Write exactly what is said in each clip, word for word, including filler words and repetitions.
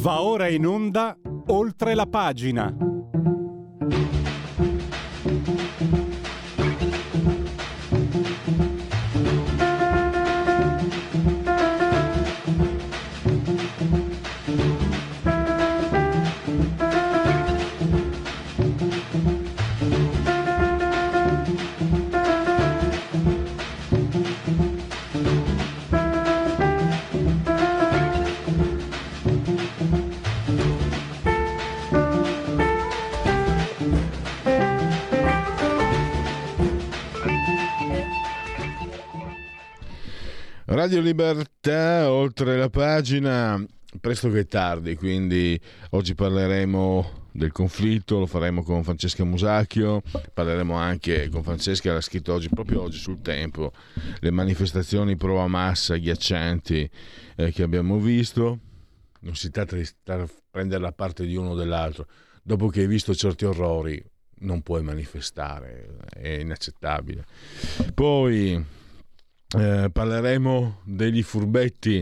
Va ora in onda Oltre la pagina. Radio Libertà, oltre la pagina, presto che tardi, quindi oggi parleremo del conflitto, lo faremo con Francesca Musacchio, parleremo anche con Francesca, l'ha scritto oggi, proprio oggi sul Tempo, le manifestazioni pro Hamas agghiaccianti eh, che abbiamo visto. Non si tratta di stare a prendere la parte di uno o dell'altro, dopo che hai visto certi orrori non puoi manifestare, è inaccettabile. Poi Eh, parleremo degli furbetti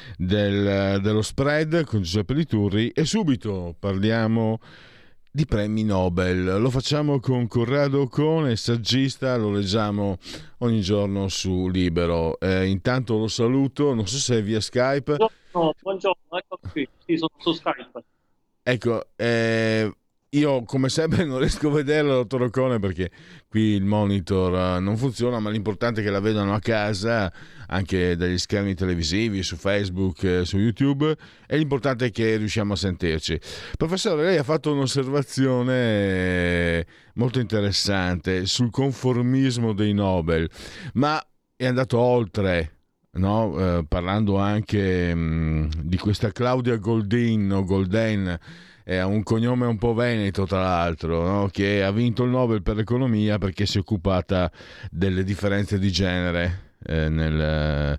del, dello spread con Giuseppe Liturri e subito parliamo di premi Nobel. Lo facciamo con Corrado Ocone, saggista, lo leggiamo ogni giorno su Libero. Eh, intanto lo saluto, non so se è via Skype. Buongiorno, buongiorno, ecco qui, sì, sono su Skype. Ecco, eh, io come sempre non riesco a vederlo, dottor Ocone, perché qui il monitor non funziona, ma l'importante è che la vedano a casa, anche dagli schermi televisivi, su Facebook, su YouTube, e l'importante è che riusciamo a sentirci. Professore, lei ha fatto un'osservazione molto interessante sul conformismo dei Nobel, ma è andato oltre. No, eh, parlando anche mh, di questa Claudia Goldin o Golden, è un cognome un po' veneto tra l'altro, no? Che ha vinto il Nobel per l'economia perché si è occupata delle differenze di genere eh, nel,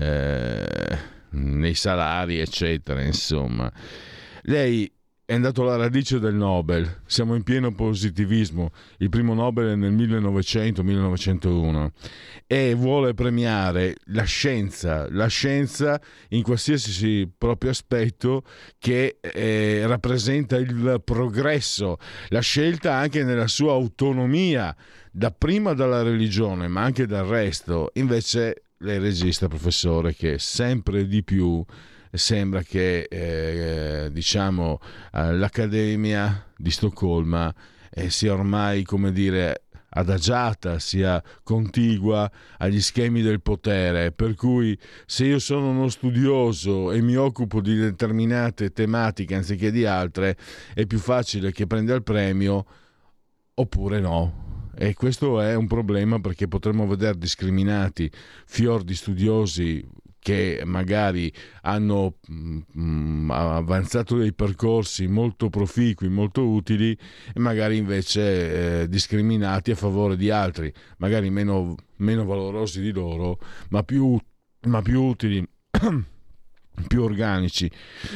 eh, nei salari eccetera, insomma. Lei è andato alla radice del Nobel, siamo in pieno positivismo, il primo Nobel è nel millenovecento millenovecentouno e vuole premiare la scienza, la scienza in qualsiasi proprio aspetto che eh, rappresenta il progresso, la scelta anche nella sua autonomia, dapprima dalla religione ma anche dal resto. Invece lei registra, professore, che sempre di più sembra che eh, diciamo eh, l'Accademia di Stoccolma eh, sia ormai, come dire, adagiata, sia contigua agli schemi del potere, per cui se io sono uno studioso e mi occupo di determinate tematiche anziché di altre, è più facile che prenda il premio oppure no. E questo è un problema, perché potremmo vedere discriminati fior di studiosi che magari hanno mh, avanzato dei percorsi molto proficui, molto utili, e magari invece eh, discriminati a favore di altri, magari meno, meno valorosi di loro, ma più, ma più utili, più organici.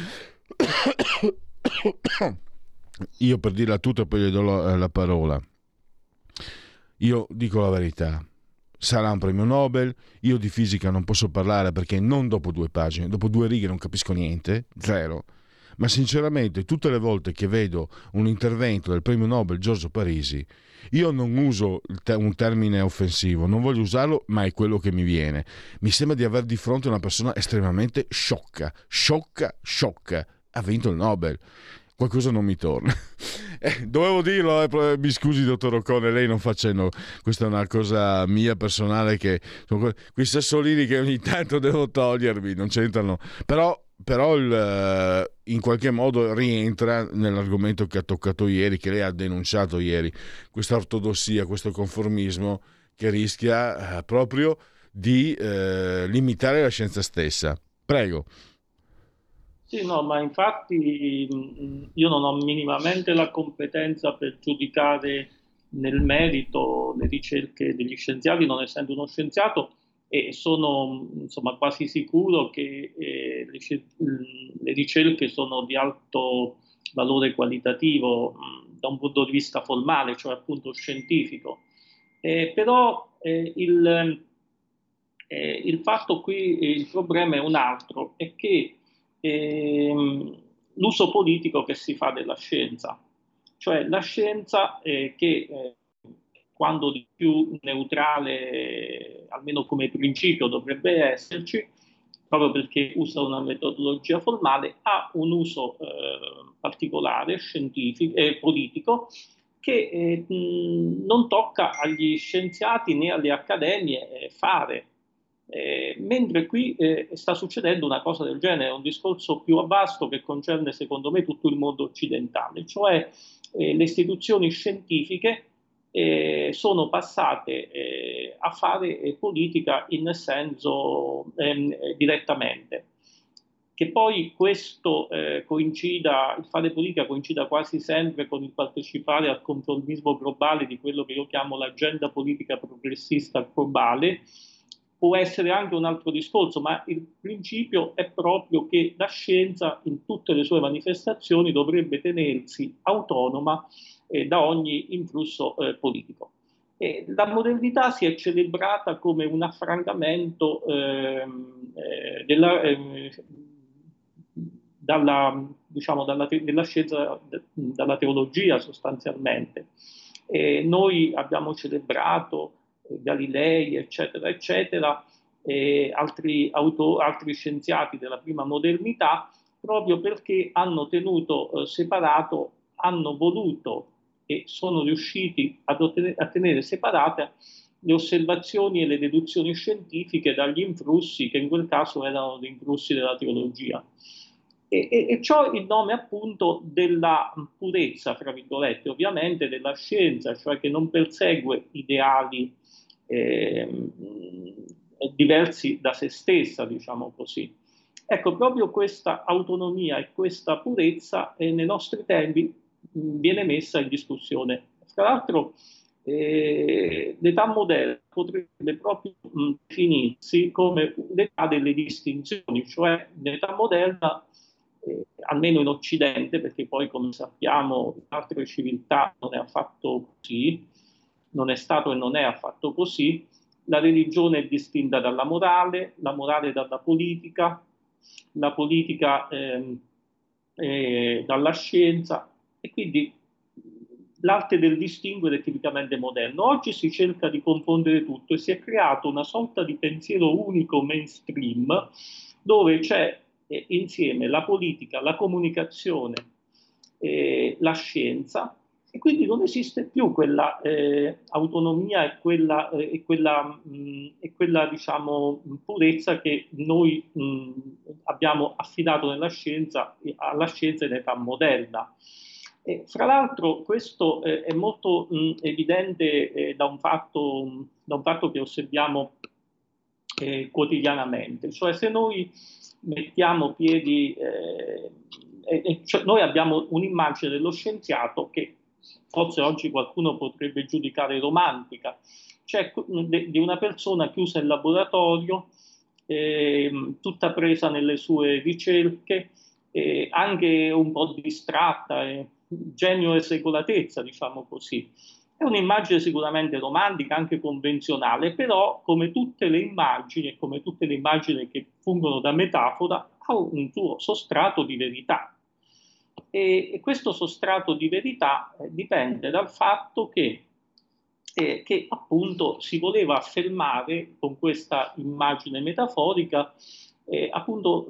Io, per dirla tutta, poi gli do la, la parola. Io dico la verità. Sarà un premio Nobel, io di fisica non posso parlare perché non dopo due pagine, dopo due righe non capisco niente, zero, ma sinceramente tutte le volte che vedo un intervento del premio Nobel Giorgio Parisi, io non uso un termine offensivo, non voglio usarlo, ma è quello che mi viene. Mi sembra di aver di fronte una persona estremamente sciocca, sciocca, sciocca, ha vinto il Nobel. Qualcosa non mi torna. Eh, dovevo dirlo, eh, mi scusi dottor Ocone, lei non facendo, questa è una cosa mia personale, che sono quei sassolini che ogni tanto devo togliermi, non c'entrano, però, però il, in qualche modo rientra nell'argomento che ha toccato ieri, che lei ha denunciato ieri, questa ortodossia, questo conformismo che rischia eh, proprio di eh, limitare la scienza stessa. Prego. Sì, no, ma infatti io non ho minimamente la competenza per giudicare nel merito le ricerche degli scienziati, non essendo uno scienziato, e sono insomma quasi sicuro che eh, le, le ricerche sono di alto valore qualitativo mh, da un punto di vista formale, cioè appunto scientifico. Eh, però eh, il, eh, il fatto qui, eh, il problema è un altro, è che ehm, l'uso politico che si fa della scienza, cioè la scienza eh, che eh, quando di più neutrale, almeno come principio dovrebbe esserci, proprio perché usa una metodologia formale, ha un uso eh, particolare, scientifico e politico, che eh, mh, non tocca agli scienziati né alle accademie eh, fare. Eh, mentre qui eh, sta succedendo una cosa del genere, un discorso più vasto che concerne secondo me tutto il mondo occidentale, cioè eh, le istituzioni scientifiche eh, sono passate eh, a fare eh, politica in senso ehm, eh, direttamente. Che poi questo eh, coincida, il fare politica coincida quasi sempre con il partecipare al conformismo globale di quello che io chiamo l'agenda politica progressista globale, può essere anche un altro discorso, ma il principio è proprio che la scienza in tutte le sue manifestazioni dovrebbe tenersi autonoma eh, da ogni influsso eh, politico. E la modernità si è celebrata come un affrancamento ehm, eh, della, eh, dalla, diciamo, dalla, della scienza, dalla teologia sostanzialmente. E noi abbiamo celebrato Galilei, eccetera, eccetera, e altri, auto, altri scienziati della prima modernità, proprio perché hanno tenuto eh, separato, hanno voluto e sono riusciti ad ottenere, a tenere separate le osservazioni e le deduzioni scientifiche dagli influssi, che in quel caso erano gli influssi della teologia. E, e, e ciò in nome appunto della purezza, fra virgolette, ovviamente della scienza, cioè che non persegue ideali eh, diversi da se stessa, diciamo così. Ecco, proprio questa autonomia e questa purezza eh, nei nostri tempi mh, viene messa in discussione. Tra l'altro, eh, l'età moderna potrebbe proprio mh, definirsi come l'età delle distinzioni, cioè l'età moderna, eh, almeno in Occidente, perché poi come sappiamo in altre civiltà non è affatto così, non è stato e non è affatto così, la religione è distinta dalla morale, la morale dalla politica, la politica ehm, eh, dalla scienza, e quindi l'arte del distinguere è tipicamente moderno. Oggi si cerca di confondere tutto e si è creato una sorta di pensiero unico mainstream dove c'è eh, insieme la politica, la comunicazione, eh, la scienza, e quindi non esiste più quella eh, autonomia e quella, eh, e quella, mh, e quella diciamo, purezza che noi mh, abbiamo affidato nella scienza, alla scienza in età moderna. E, fra l'altro questo eh, è molto mh, evidente eh, da, un fatto, mh, da un fatto che osserviamo eh, quotidianamente, cioè se noi mettiamo piedi, eh, eh, cioè noi abbiamo un'immagine dello scienziato che forse oggi qualcuno potrebbe giudicare romantica, cioè di una persona chiusa in laboratorio, eh, tutta presa nelle sue ricerche, eh, anche un po' distratta, eh, genio e secolatezza, diciamo così. È un'immagine sicuramente romantica, anche convenzionale, però come tutte le immagini e come tutte le immagini che fungono da metafora, ha un suo sostrato di verità. E, e questo sostrato di verità eh, dipende dal fatto che, eh, che appunto si voleva affermare con questa immagine metaforica eh, appunto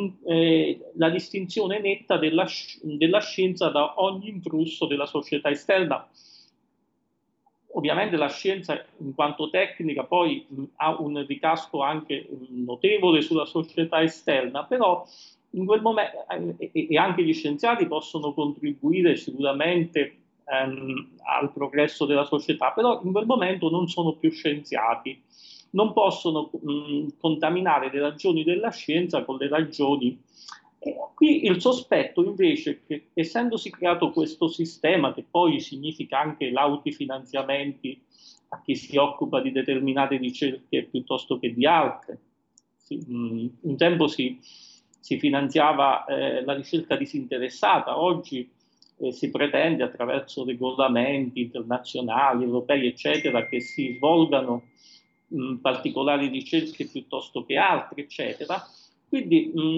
eh, la distinzione netta della, della scienza da ogni influsso della società esterna. Ovviamente la scienza in quanto tecnica poi mh, ha un ricasco anche mh, notevole sulla società esterna, però in quel momento, eh, e, e anche gli scienziati possono contribuire sicuramente ehm, al progresso della società, però in quel momento non sono più scienziati, non possono mh, contaminare le ragioni della scienza con le ragioni. E qui il sospetto invece che, essendosi creato questo sistema, che poi significa anche lauti finanziamenti a chi si occupa di determinate ricerche piuttosto che di altre, sì, mh, un tempo si, si finanziava eh, la ricerca disinteressata, oggi eh, si pretende attraverso regolamenti internazionali, europei, eccetera, che si svolgano mh, particolari ricerche piuttosto che altre, eccetera. Quindi mh,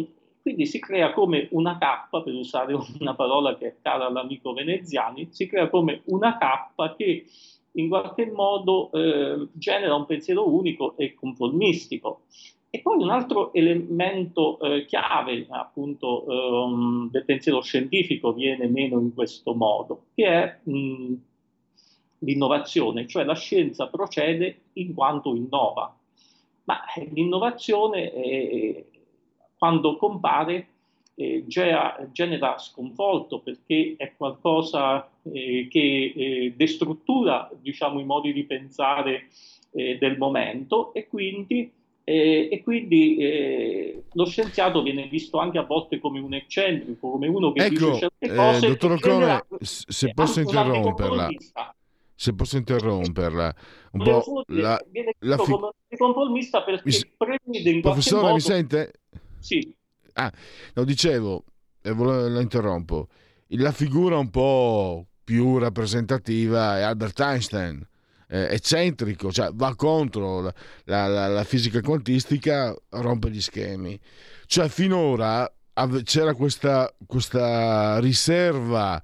quindi si crea come una cappa, per usare una parola che è cara all'amico Veneziani, si crea come una cappa che in qualche modo eh, genera un pensiero unico e conformistico. E poi un altro elemento eh, chiave appunto ehm, del pensiero scientifico viene meno in questo modo, che è mh, l'innovazione, cioè la scienza procede in quanto innova, ma eh, l'innovazione eh, quando compare eh, genera, genera sconforto perché è qualcosa eh, che eh, destruttura, diciamo, i modi di pensare eh, del momento e quindi, eh, e quindi eh, lo scienziato viene visto anche a volte come un eccentrico, come uno che dice Ecco, certe eh, cose dottor e genera Ocone, s- se eh, posso anche un interromperla, anticonformista. se posso interromperla, un Volevo po' solo dire, la, viene la visto fi- come un anticonformista mi s- perché prevede in qualche professore, mi modo, sente? sì, Ah, lo dicevo, e volevo- la interrompo. La figura un po' più rappresentativa è Albert Einstein, eh, eccentrico, cioè va contro la, la- la- la fisica quantistica, rompe gli schemi. Cioè finora ave- c'era questa, questa riserva,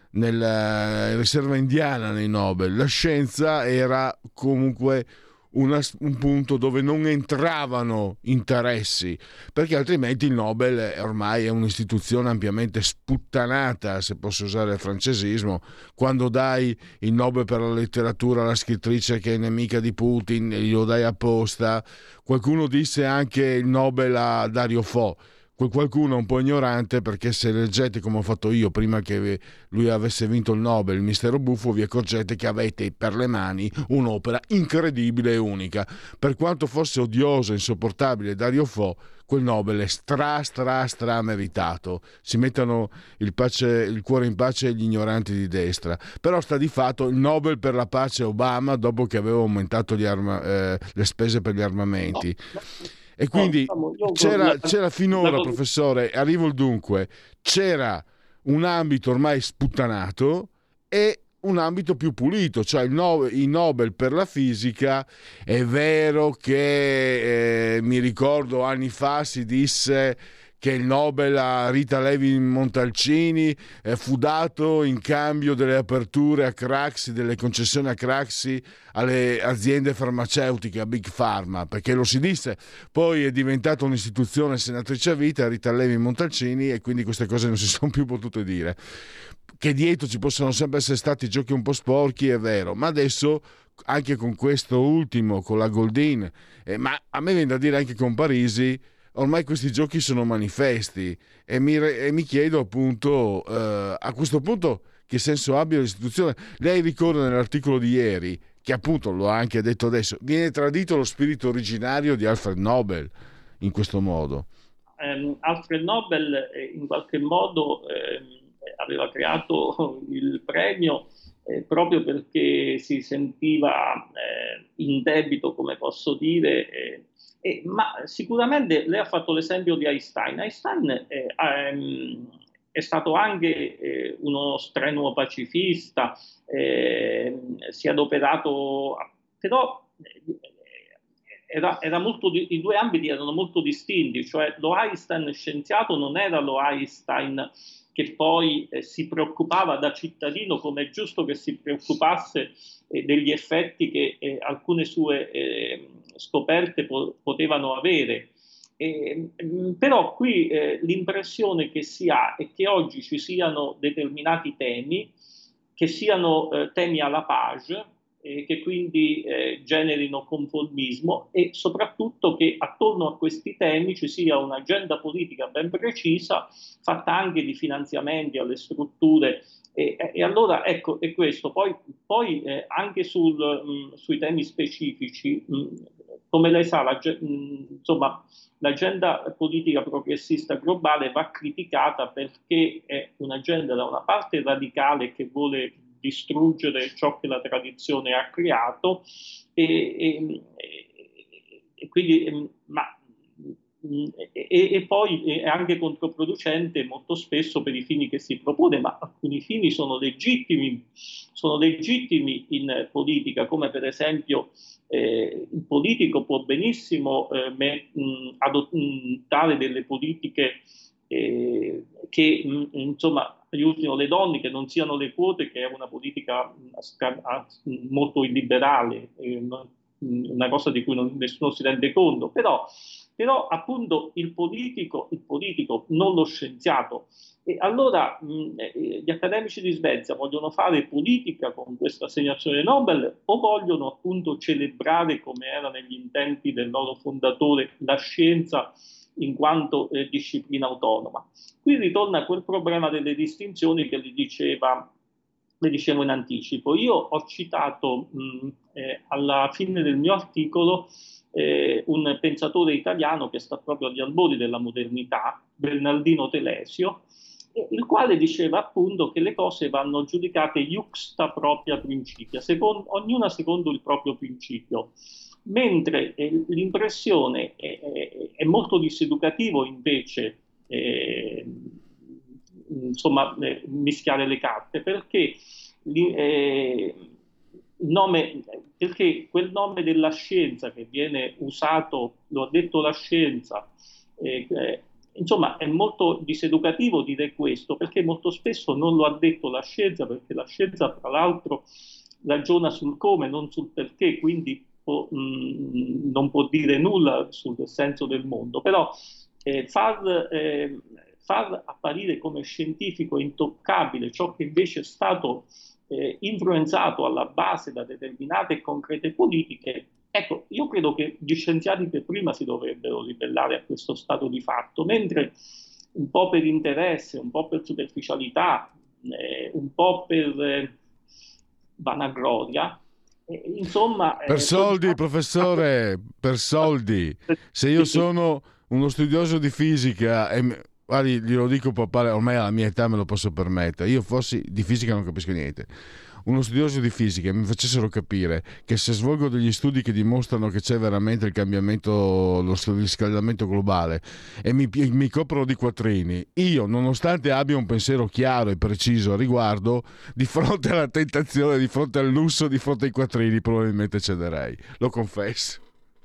nel, riserva indiana nei Nobel. La scienza era comunque una- un punto dove non entravano interessi, perché altrimenti il Nobel è- ormai è un'istituzione ampiamente sputtanata, se posso usare il francesismo. Quando dai il Nobel per la letteratura alla scrittrice che è nemica di Putin, glielo dai apposta. Qualcuno disse anche il Nobel a Dario Fo. Quel qualcuno un po' ignorante, perché se leggete come ho fatto io prima che lui avesse vinto il Nobel, il mistero buffo, vi accorgete che avete per le mani un'opera incredibile e unica. Per quanto fosse odioso e insopportabile Dario Fo, quel Nobel è stra stra stra meritato. Si mettano il, pace, il cuore in pace gli ignoranti di destra. Però sta di fatto il Nobel per la pace Obama, dopo che aveva aumentato gli arma, eh, le spese per gli no, armamenti. no, E no, quindi diciamo, io c'era, la, c'era la, finora, la, professore, arrivo al dunque, c'era un ambito ormai sputtanato e un ambito più pulito, cioè il no, i Nobel per la fisica. È vero che eh, mi ricordo anni fa si disse che il Nobel a Rita Levi Montalcini eh, fu dato in cambio delle aperture a Craxi, delle concessioni a Craxi alle aziende farmaceutiche, a Big Pharma, perché lo si disse. Poi è diventata un'istituzione senatrice a vita, Rita Levi Montalcini, e quindi queste cose non si sono più potute dire. Che dietro ci possono sempre essere stati giochi un po' sporchi, è vero, ma adesso anche con questo ultimo, con la Goldin, eh, ma a me viene da dire anche con Parisi, ormai questi giochi sono manifesti e mi, e mi chiedo appunto eh, a questo punto che senso abbia l'istituzione. Lei ricorda nell'articolo di ieri, che appunto lo ha anche detto adesso, viene tradito lo spirito originario di Alfred Nobel in questo modo. ehm, Alfred Nobel eh, in qualche modo ehm, aveva creato il premio eh, proprio perché si sentiva eh, in debito, come posso dire, eh, eh, ma sicuramente lei ha fatto l'esempio di Einstein. Einstein eh, ehm, è stato anche eh, uno strenuo pacifista, eh, si è adoperato, però eh, era, era molto, i due ambiti erano molto distinti, cioè lo Einstein scienziato non era lo Einstein che poi eh, si preoccupava da cittadino, come è giusto che si preoccupasse eh, degli effetti che eh, alcune sue eh, scoperte po- potevano avere. Eh, però qui eh, l'impressione che si ha è che oggi ci siano determinati temi, che siano eh, temi alla page, eh, che quindi eh, generino conformismo e soprattutto che attorno a questi temi ci sia un'agenda politica ben precisa, fatta anche di finanziamenti alle strutture. E, e allora ecco, è questo. Poi, poi eh, anche sul, mh, sui temi specifici, mh, come lei sa, la, mh, insomma, l'agenda politica progressista globale va criticata perché è un'agenda da una parte radicale che vuole distruggere ciò che la tradizione ha creato e, e, e quindi ma, e, e poi è anche controproducente molto spesso per i fini che si propone, ma alcuni fini sono legittimi, sono legittimi in politica, come per esempio eh, il politico può benissimo eh, me, mh, adottare delle politiche eh, che mh, insomma aiutino le donne, che non siano le quote, che è una politica mh, molto illiberale, eh, una cosa di cui non, nessuno si rende conto, però, però appunto il politico, il politico, non lo scienziato. E allora mh, gli accademici di Svezia vogliono fare politica con questa assegnazione Nobel o vogliono appunto celebrare, come era negli intenti del loro fondatore, la scienza in quanto eh, disciplina autonoma? Qui ritorna quel problema delle distinzioni che li diceva, le dicevo in anticipo. Io ho citato mh, eh, alla fine del mio articolo eh, un pensatore italiano che sta proprio agli albori della modernità, Bernardino Telesio, il quale diceva appunto che le cose vanno giudicate iuxta propria principia, secondo, ognuna secondo il proprio principio, mentre eh, l'impressione è, è, è molto diseducativo invece eh, insomma eh, mischiare le carte, perché, eh, il nome, perché quel nome della scienza che viene usato, lo ha detto la scienza, eh, eh, insomma è molto diseducativo dire questo, perché molto spesso non lo ha detto la scienza, perché la scienza tra l'altro ragiona sul come, non sul perché, quindi può, mh, non può dire nulla sul senso del mondo, però eh, far, eh, far apparire come scientifico intoccabile ciò che invece è stato eh, influenzato alla base da determinate e concrete politiche. Ecco, io credo che gli scienziati per prima si dovrebbero ribellare a questo stato di fatto, mentre un po' per interesse, un po' per superficialità, eh, un po' per eh, vanagloria, eh, insomma... Per eh, soldi, sono... professore, per soldi. Se io sono uno studioso di fisica e... Guardi, glielo dico papà, ormai alla mia età me lo posso permettere. Io fossi di fisica non capisco niente. Uno studioso di fisica mi facessero capire che se svolgo degli studi che dimostrano che c'è veramente il cambiamento, lo riscaldamento globale e mi, mi coprono di quattrini, io, nonostante abbia un pensiero chiaro e preciso a riguardo, di fronte alla tentazione, di fronte al lusso, di fronte ai quattrini, probabilmente cederei. Lo confesso.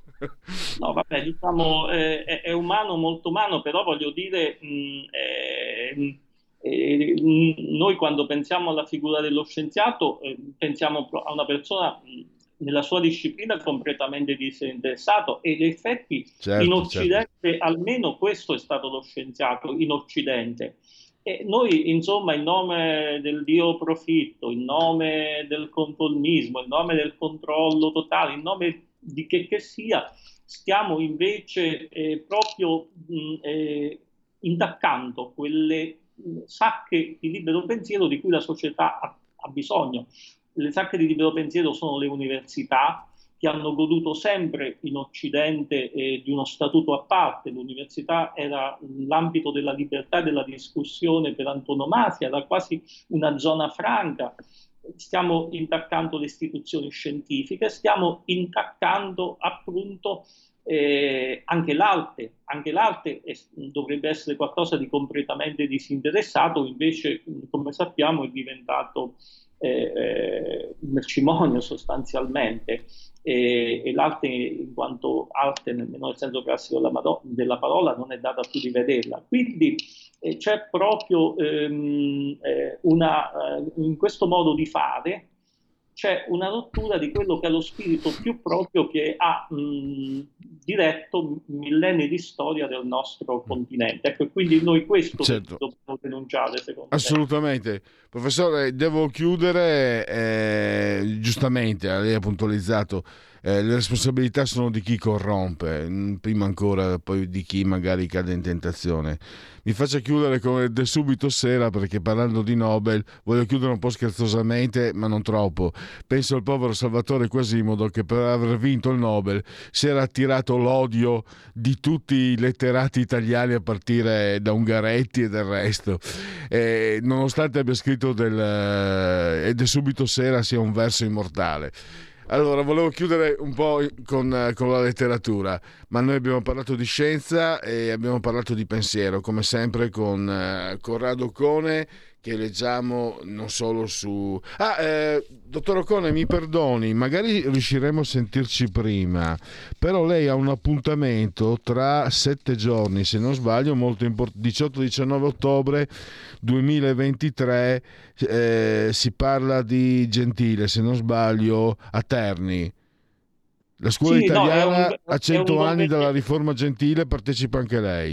No, vabbè, diciamo, eh, è, è umano, molto umano, però voglio dire, mh, eh, eh, mh, noi quando pensiamo alla figura dello scienziato, eh, pensiamo a una persona mh, nella sua disciplina completamente disinteressato, e in effetti certo, in Occidente certo. almeno questo è stato lo scienziato, in Occidente. E noi, insomma, in nome del Dio profitto, in nome del conformismo, in nome del controllo totale, in nome di che che sia, stiamo invece eh, proprio mh, eh, intaccando quelle mh, sacche di libero pensiero di cui la società ha, ha bisogno. Le sacche di libero pensiero sono le università, che hanno goduto sempre in Occidente eh, di uno statuto a parte. L'università era l'ambito della libertà e della discussione per antonomasia, era quasi una zona franca. Stiamo intaccando le istituzioni scientifiche, stiamo intaccando appunto eh, anche l'arte. Anche l'arte è, dovrebbe essere qualcosa di completamente disinteressato, invece, come sappiamo, è diventato eh, un mercimonio sostanzialmente. E, e l'arte, in quanto arte nemmeno nel senso classico della, della parola, non è data più di vederla. Quindi eh, c'è proprio ehm, eh, una, eh, in questo modo di fare c'è una rottura di quello che è lo spirito più proprio che ha mh, diretto millenni di storia del nostro continente. Ecco, quindi noi questo certo. dobbiamo denunciare, secondo assolutamente me. Professore, devo chiudere, eh, giustamente lei ha puntualizzato, eh, le responsabilità sono di chi corrompe, prima ancora poi di chi magari cade in tentazione. Mi faccia chiudere con il De Subito Sera, perché parlando di Nobel voglio chiudere un po' scherzosamente, ma non troppo. Penso al povero Salvatore Quasimodo, che per aver vinto il Nobel si era attirato l'odio di tutti i letterati italiani a partire da Ungaretti e del resto, e nonostante abbia scritto del e De Subito Sera sia un verso immortale. Allora, volevo chiudere un po' con, con la letteratura, ma noi abbiamo parlato di scienza e abbiamo parlato di pensiero, come sempre con uh, Corrado Cone, che leggiamo non solo su... Ah, eh, dottor Ocone, mi perdoni, magari riusciremo a sentirci prima, però lei ha un appuntamento tra sette giorni, se non sbaglio, molto importante, diciotto diciannove ottobre duemilaventitré, eh, si parla di Gentile, se non sbaglio, a Terni. La scuola sì, italiana no, a cento anni dalla convegno... riforma Gentile, partecipa anche lei.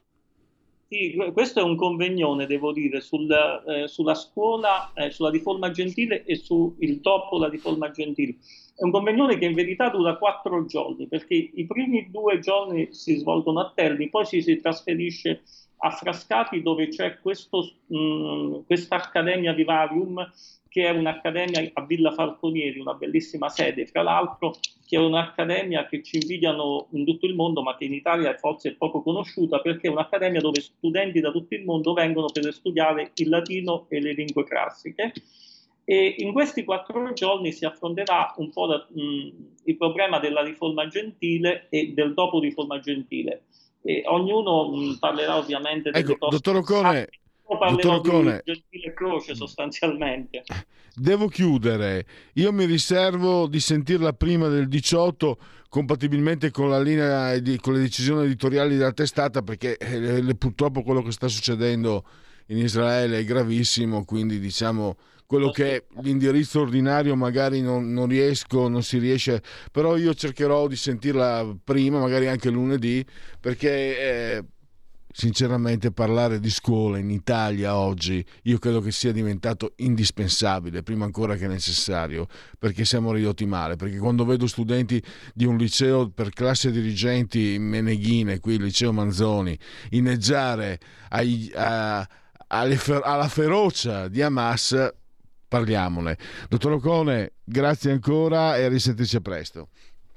Sì, questo è un convegnone, devo dire, sul, eh, sulla scuola, eh, sulla riforma Gentile e sul dopo la riforma Gentile. È un convegnone che in verità dura quattro giorni, perché i primi due giorni si svolgono a Terni, poi ci si trasferisce a Frascati, dove c'è questo, mh, questa Accademia Vivarium, che è un'accademia a Villa Falconieri, una bellissima sede, fra l'altro, che è un'accademia che ci invidiano in tutto il mondo, ma che in Italia forse è poco conosciuta, perché è un'accademia dove studenti da tutto il mondo vengono per studiare il latino e le lingue classiche. E in questi quattro giorni si affronterà un po' da, mh, il problema della riforma Gentile e del dopo riforma Gentile. E ognuno mh, parlerà ovviamente delle ecco, cose. dottor Ocone, Parlerò dottor Ocone, di Gentile Croce sostanzialmente. Devo chiudere. Io mi riservo di sentirla prima del diciotto, compatibilmente con la linea di, con le decisioni editoriali della testata, perché eh, le, purtroppo quello che sta succedendo in Israele è gravissimo, quindi diciamo quello che è l'indirizzo ordinario magari non, non riesco, non si riesce, però io cercherò di sentirla prima, magari anche lunedì, perché eh, sinceramente parlare di scuola in Italia oggi io credo che sia diventato indispensabile, prima ancora che necessario, perché siamo ridotti male, perché quando vedo studenti di un liceo per classe dirigenti in Meneghine, qui il liceo Manzoni, inneggiare ai, a, alle, alla ferocia di Hamas, parliamone. Dottor Ocone, grazie ancora e a risentirci a presto.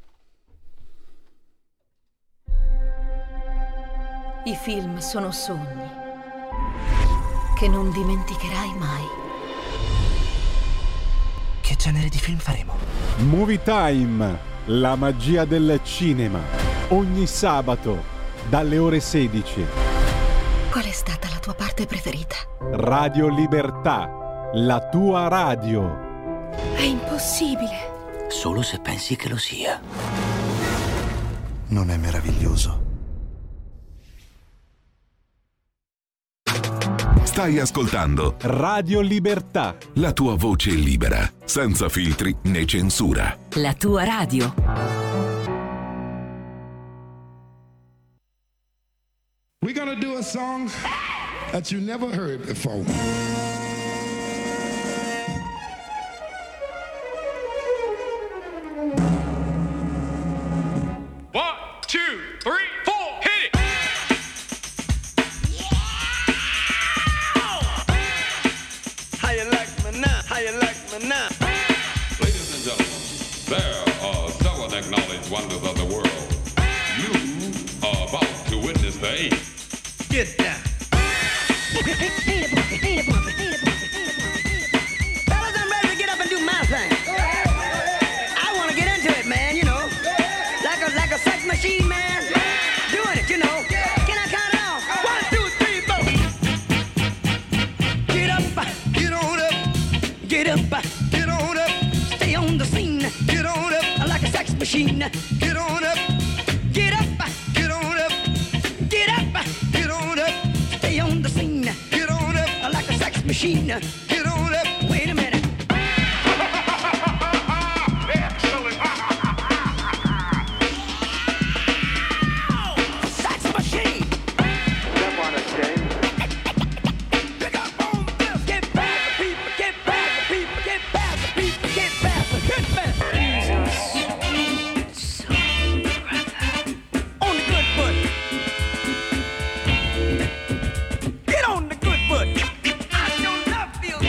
I film sono sogni che non dimenticherai mai. Che genere di film faremo? Movie Time, la magia del cinema. Ogni sabato, dalle ore sedici. Qual è stata la tua parte preferita? Radio Libertà, la tua radio. È impossibile. Solo se pensi che lo sia. Non è meraviglioso? Stai ascoltando Radio Libertà, la tua voce libera, senza filtri né censura. La tua radio. We're gonna do a song that you never heard before. One, two, three, four, hit it! How you like me now? How you like me now? Ladies and gentlemen, there are seven acknowledged wonders of the world. You are about to witness the eighth. Get down. Fellas, I'm ready to get up and do my thing. I want to get into it, man, you know. Like a, like a sex machine, man. Doing it, you know. Can I count it off? One, two, three, four. Get up, get on up. Get up, get on up. Stay on the scene. Get on up. Like a sex machine. Get on up. Get up, get on up. Get up, get on up. Stay on the scene. Get on up. Like a sex machine. Get on up. Wait a minute. Sex machine. Step on it, James. Pick up on this. Get past the people. Get past the people. Get past the people. Get past the get past the on the good foot. Get on the good foot. I know love feels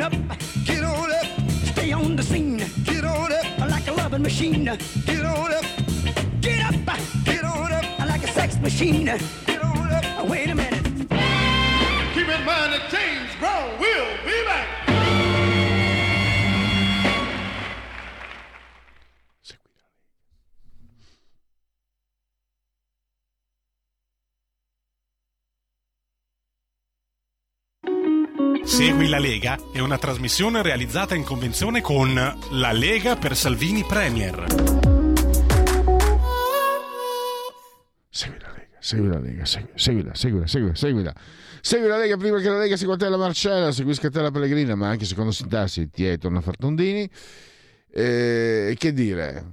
up, get on up, stay on the scene. Get on up like a loving machine. Get on up, get up, get on up like a sex machine. Get on up, wait a minute. Keep in mind that James Brown will be back. Segui la Lega è una trasmissione realizzata in convenzione con La Lega per Salvini Premier. Segui la Lega, segui la Lega, segui, seguila, seguila, seguila, seguila. Segui la Lega prima che la Lega segua te la Marcella, seguisca te la Pellegrina, ma anche secondo Sintassi ti è torna Fartondini. E che dire?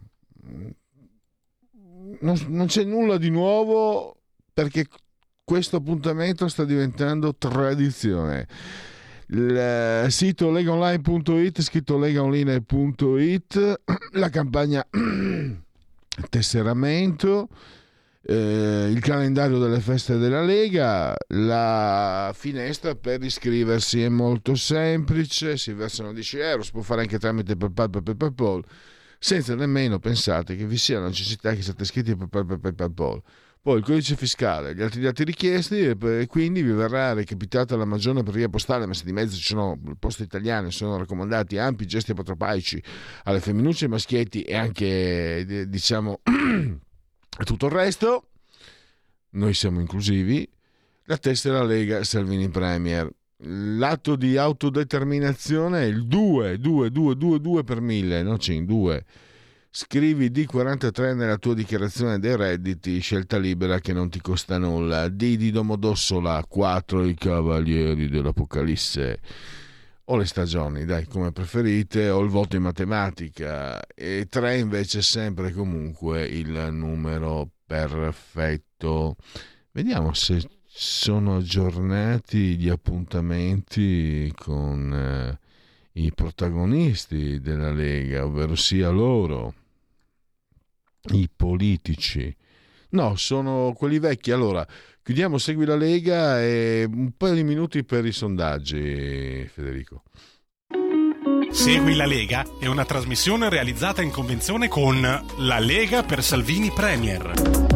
Non, non c'è nulla di nuovo perché questo appuntamento sta diventando tradizione. Il sito legaonline punto it, scritto legaonline punto it, la campagna tesseramento, eh, il calendario delle feste della Lega, la finestra per iscriversi è molto semplice, si versano dieci euro, si può fare anche tramite PayPal, PayPal, PayPal, senza nemmeno pensate che vi sia la necessità che siate iscritti a PayPal, PayPal, PayPal. Poi il codice fiscale, gli altri dati richiesti e quindi vi verrà recapitata la maggiore per via postale, ma se di mezzo ci sono poste italiane, sono raccomandati ampi gesti apotropaici alle femminucce, ai maschietti e anche diciamo tutto il resto. Noi siamo inclusivi. La tessera Lega Salvini Premier. L'atto di autodeterminazione è il due, due, due, due, due per mille, no? C'è in due. Scrivi D quarantatré nella tua dichiarazione dei redditi, scelta libera che non ti costa nulla. D di Domodossola, quattro i cavalieri dell'Apocalisse. O le stagioni, dai, come preferite, o il voto in matematica. E tre invece sempre comunque il numero perfetto. Vediamo se sono aggiornati gli appuntamenti con eh, i protagonisti della Lega, ovvero sia loro. I politici. No, sono quelli vecchi. Allora, chiudiamo Segui la Lega e un paio di minuti per i sondaggi, Federico. Segui la Lega è una trasmissione realizzata in convenzione con La Lega per Salvini Premier.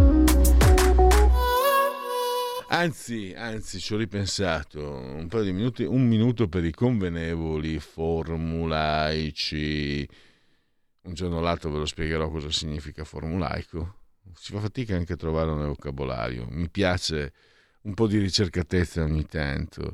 Anzi, anzi, ci ho ripensato. Un paio di minuti, un minuto per i convenevoli formulaici. Un giorno o l'altro ve lo spiegherò cosa significa formulaico. Si fa fatica anche a trovare un vocabolario. Mi piace un po' di ricercatezza ogni tanto.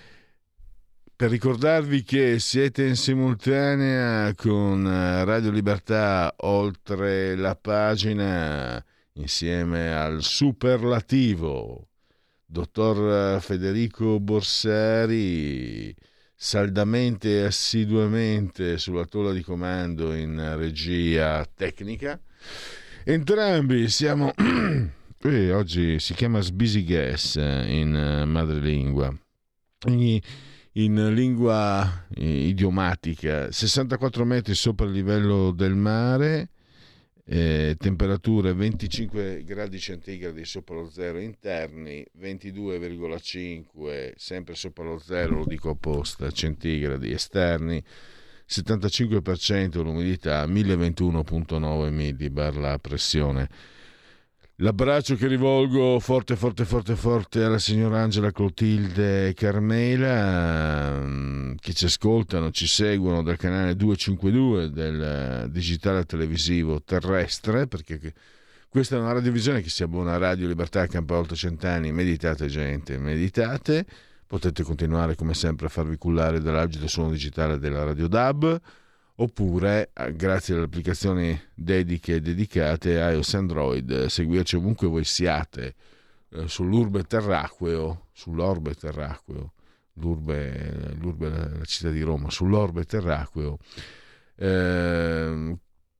Per ricordarvi che siete in simultanea con Radio Libertà, oltre la pagina, insieme al superlativo dottor Federico Borsari, saldamente e assiduamente sulla tolla di comando in regia tecnica. Entrambi siamo eh, oggi si chiama Sbisighess in madrelingua, in, in lingua idiomatica, sessantaquattro metri sopra il livello del mare, eh, temperature venticinque gradi centigradi sopra lo zero interni, ventidue virgola cinque sempre sopra lo zero, lo dico apposta, centigradi esterni, settantacinque per cento l'umidità, mille ventuno virgola nove millibar la pressione. L'abbraccio che rivolgo forte forte forte forte alla signora Angela, Clotilde e Carmela che ci ascoltano, ci seguono dal canale duecentocinquantadue del digitale televisivo terrestre, perché questa è una radiovisione che si abbona a Radio Libertà, campo alto cent'anni. Meditate gente, meditate. Potete continuare come sempre a farvi cullare dall'algido suono digitale della Radio D A B, oppure grazie alle applicazioni dediche e dedicate iOS e Android seguirci ovunque voi siate, eh, sull'urbe terracqueo, sull'orbe terracqueo, l'urbe, l'urbe la città di Roma, sull'orbe terracqueo, eh,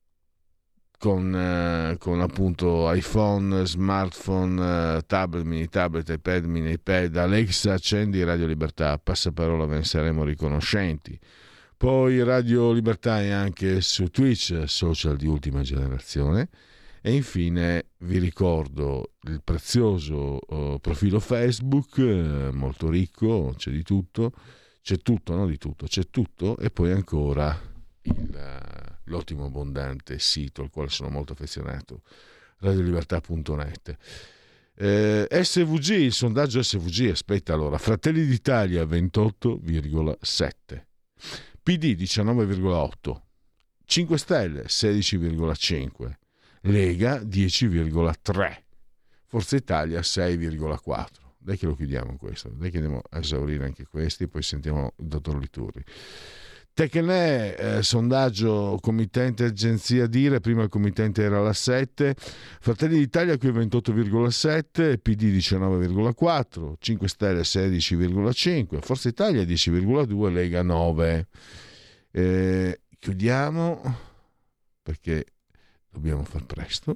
con, eh, con appunto iPhone, smartphone, eh, tablet, mini tablet, iPad, mini iPad. Alexa, accendi Radio Libertà, passaparola, ve ne saremo riconoscenti. Poi Radio Libertà è anche su Twitch, social di ultima generazione. E infine vi ricordo il prezioso uh, profilo Facebook, eh, molto ricco, c'è di tutto. c'è tutto, no? Di tutto, c'è tutto, e poi ancora il, l'ottimo abbondante sito al quale sono molto affezionato, radiolibertà punto net. eh, S V G, il sondaggio S V G, aspetta, allora, Fratelli d'Italia ventotto virgola sette, P D diciannove virgola otto, cinque Stelle sedici virgola cinque, Lega dieci virgola tre, Forza Italia sei virgola quattro. Dai che lo chiudiamo questo, dai che andiamo a esaurire anche questi, poi sentiamo il dottor Liturri. Tecne, eh, sondaggio committente agenzia Dire, prima il committente era la sette, Fratelli d'Italia qui ventotto virgola sette, P D diciannove virgola quattro, cinque Stelle sedici virgola cinque, Forza Italia dieci virgola due, Lega nove. Eh, chiudiamo perché dobbiamo far presto.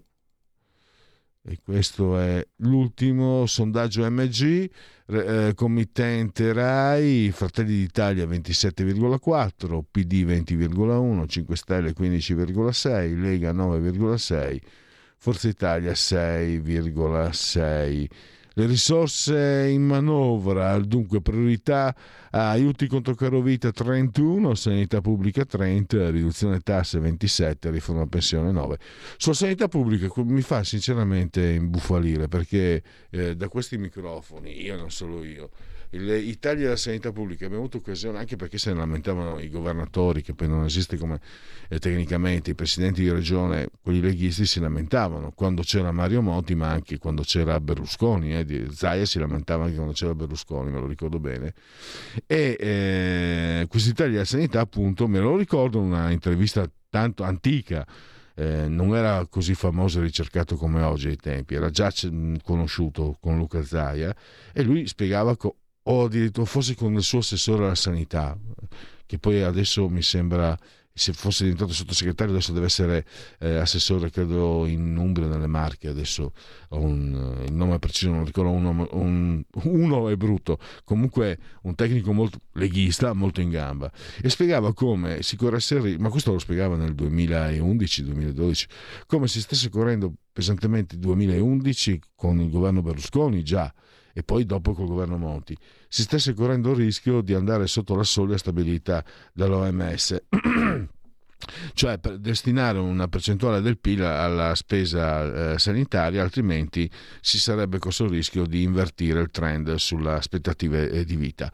E questo è l'ultimo sondaggio M G, eh, committente Rai, Fratelli d'Italia ventisette virgola quattro, P D venti virgola uno, cinque Stelle quindici virgola sei, Lega nove virgola sei, Forza Italia sei virgola sei. Le risorse in manovra, dunque priorità a aiuti contro carovita trentuno, sanità pubblica trenta, riduzione tasse ventisette, riforma pensione nove. Sulla sanità pubblica mi fa sinceramente imbufalire, perché eh, da questi microfoni, io non solo io, i tagli della sanità pubblica abbiamo avuto occasione, anche perché se ne lamentavano i governatori, che poi non esiste come eh, tecnicamente, i presidenti di regione, quelli leghisti, si lamentavano quando c'era Mario Monti, ma anche quando c'era Berlusconi, eh, di Zaia si lamentava anche quando c'era Berlusconi, me lo ricordo bene. E eh, questi tagli della sanità, appunto, me lo ricordo una intervista tanto antica, eh, non era così famoso e ricercato come oggi ai tempi, era già conosciuto con Luca Zaia, e lui spiegava co- o addirittura forse con il suo assessore alla sanità, che poi adesso mi sembra, se fosse diventato sottosegretario, adesso deve essere eh, assessore, credo, in Umbria, nelle Marche. Adesso ho un, il nome preciso non ricordo, uno, un, uno è brutto, comunque un tecnico molto leghista, molto in gamba, e spiegava come si corresse, ma questo lo spiegava nel duemilaundici duemiladodici, come si stesse correndo pesantemente il duemilaundici con il governo Berlusconi già, e poi dopo col governo Monti, si stesse correndo il rischio di andare sotto la soglia stabilita dall'O M S, cioè per destinare una percentuale del P I L alla spesa eh, sanitaria, altrimenti si sarebbe corso il rischio di invertire il trend sulle aspettative di vita.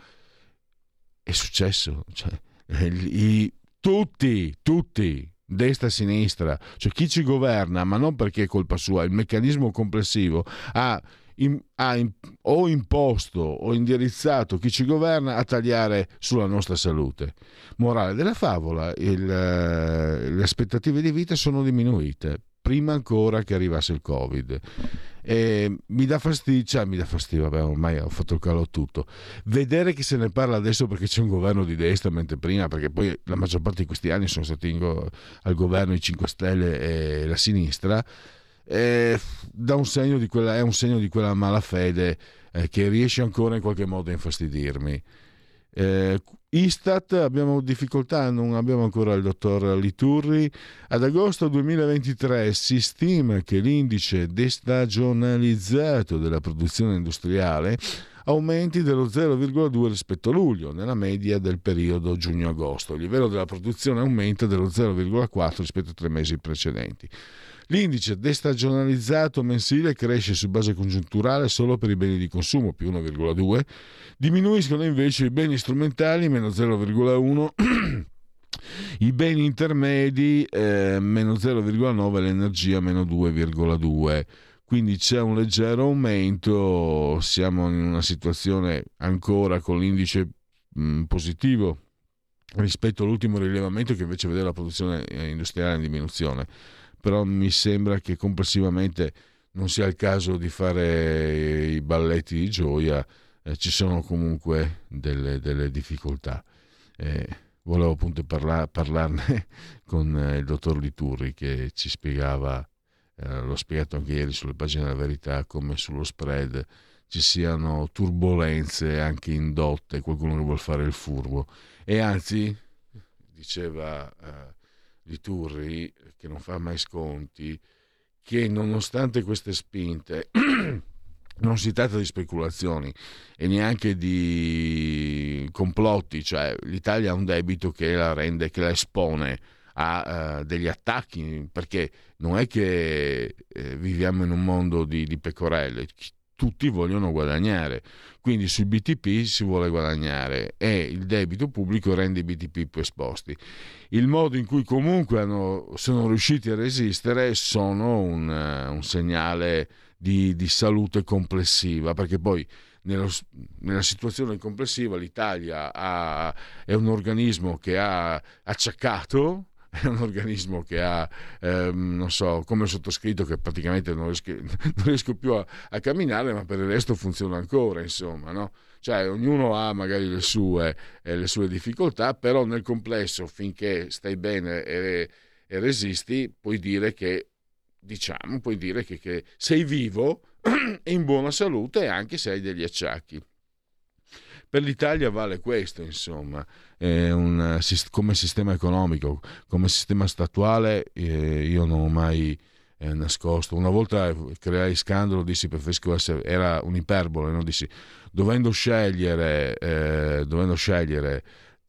È successo, cioè, i, tutti, tutti, destra e sinistra, cioè chi ci governa, ma non perché è colpa sua, il meccanismo complessivo ha In, ha in, o imposto o indirizzato chi ci governa a tagliare sulla nostra salute. Morale della favola, il, le aspettative di vita sono diminuite prima ancora che arrivasse il Covid, e mi dà fastidio, cioè mi dà fastidio, vabbè, ormai ho fatto il calo tutto, vedere che se ne parla adesso perché c'è un governo di destra, mentre prima, perché poi la maggior parte di questi anni sono stati in go- al governo i cinque Stelle e la sinistra. Eh, da un segno di quella, è un segno di quella malafede eh, che riesce ancora in qualche modo a infastidirmi. Eh, Istat, abbiamo difficoltà, non abbiamo ancora il dottor Liturri. Ad agosto duemilaventitré si stima che l'indice destagionalizzato della produzione industriale aumenti dello zero virgola due rispetto a luglio, nella media del periodo giugno-agosto. Il livello della produzione aumenta dello zero virgola quattro rispetto ai tre mesi precedenti. L'indice destagionalizzato mensile cresce su base congiunturale solo per i beni di consumo, più uno virgola due, diminuiscono invece i beni strumentali, meno zero virgola uno, i beni intermedi, eh, meno zero virgola nove, l'energia, meno due virgola due. Quindi c'è un leggero aumento, siamo in una situazione ancora con l'indice mh, positivo rispetto all'ultimo rilevamento, che invece vede la produzione industriale in diminuzione. Però mi sembra che complessivamente non sia il caso di fare i balletti di gioia, eh, ci sono comunque delle, delle difficoltà. Eh, volevo appunto parla- parlarne con eh, il dottor Liturri, che ci spiegava, eh, l'ho spiegato anche ieri sulle pagine della Verità, come sullo spread ci siano turbolenze anche indotte, qualcuno che vuol fare il furbo, e anzi, diceva eh, Liturri, che non fa mai sconti, che nonostante queste spinte non si tratta di speculazioni e neanche di complotti, cioè l'Italia ha un debito che la rende, che la espone a uh, degli attacchi, perché non è che eh, viviamo in un mondo di, di pecorelle, tutti vogliono guadagnare, quindi sui B T P si vuole guadagnare e il debito pubblico rende i B T P più esposti. Il modo in cui comunque hanno, sono riusciti a resistere sono un, uh, un segnale di, di salute complessiva, perché poi nello, nella situazione complessiva l'Italia ha, è un organismo che ha acciaccato, è un organismo che ha, ehm, non so, come il sottoscritto, che praticamente non riesco, non riesco più a, a camminare, ma per il resto funziona ancora, insomma, no? Cioè ognuno ha magari le sue, eh, le sue difficoltà, però nel complesso, finché stai bene e, e resisti, puoi dire che, diciamo, puoi dire che, che sei vivo e in buona salute, anche se hai degli acciacchi. Per l'Italia vale questo, insomma, è un, come sistema economico, come sistema statuale, eh, io non ho mai eh, nascosto. Una volta creai scandalo, dissi preferisco essere, era un'iperbole, no? Dissi, dovendo scegliere, eh, dovendo scegliere,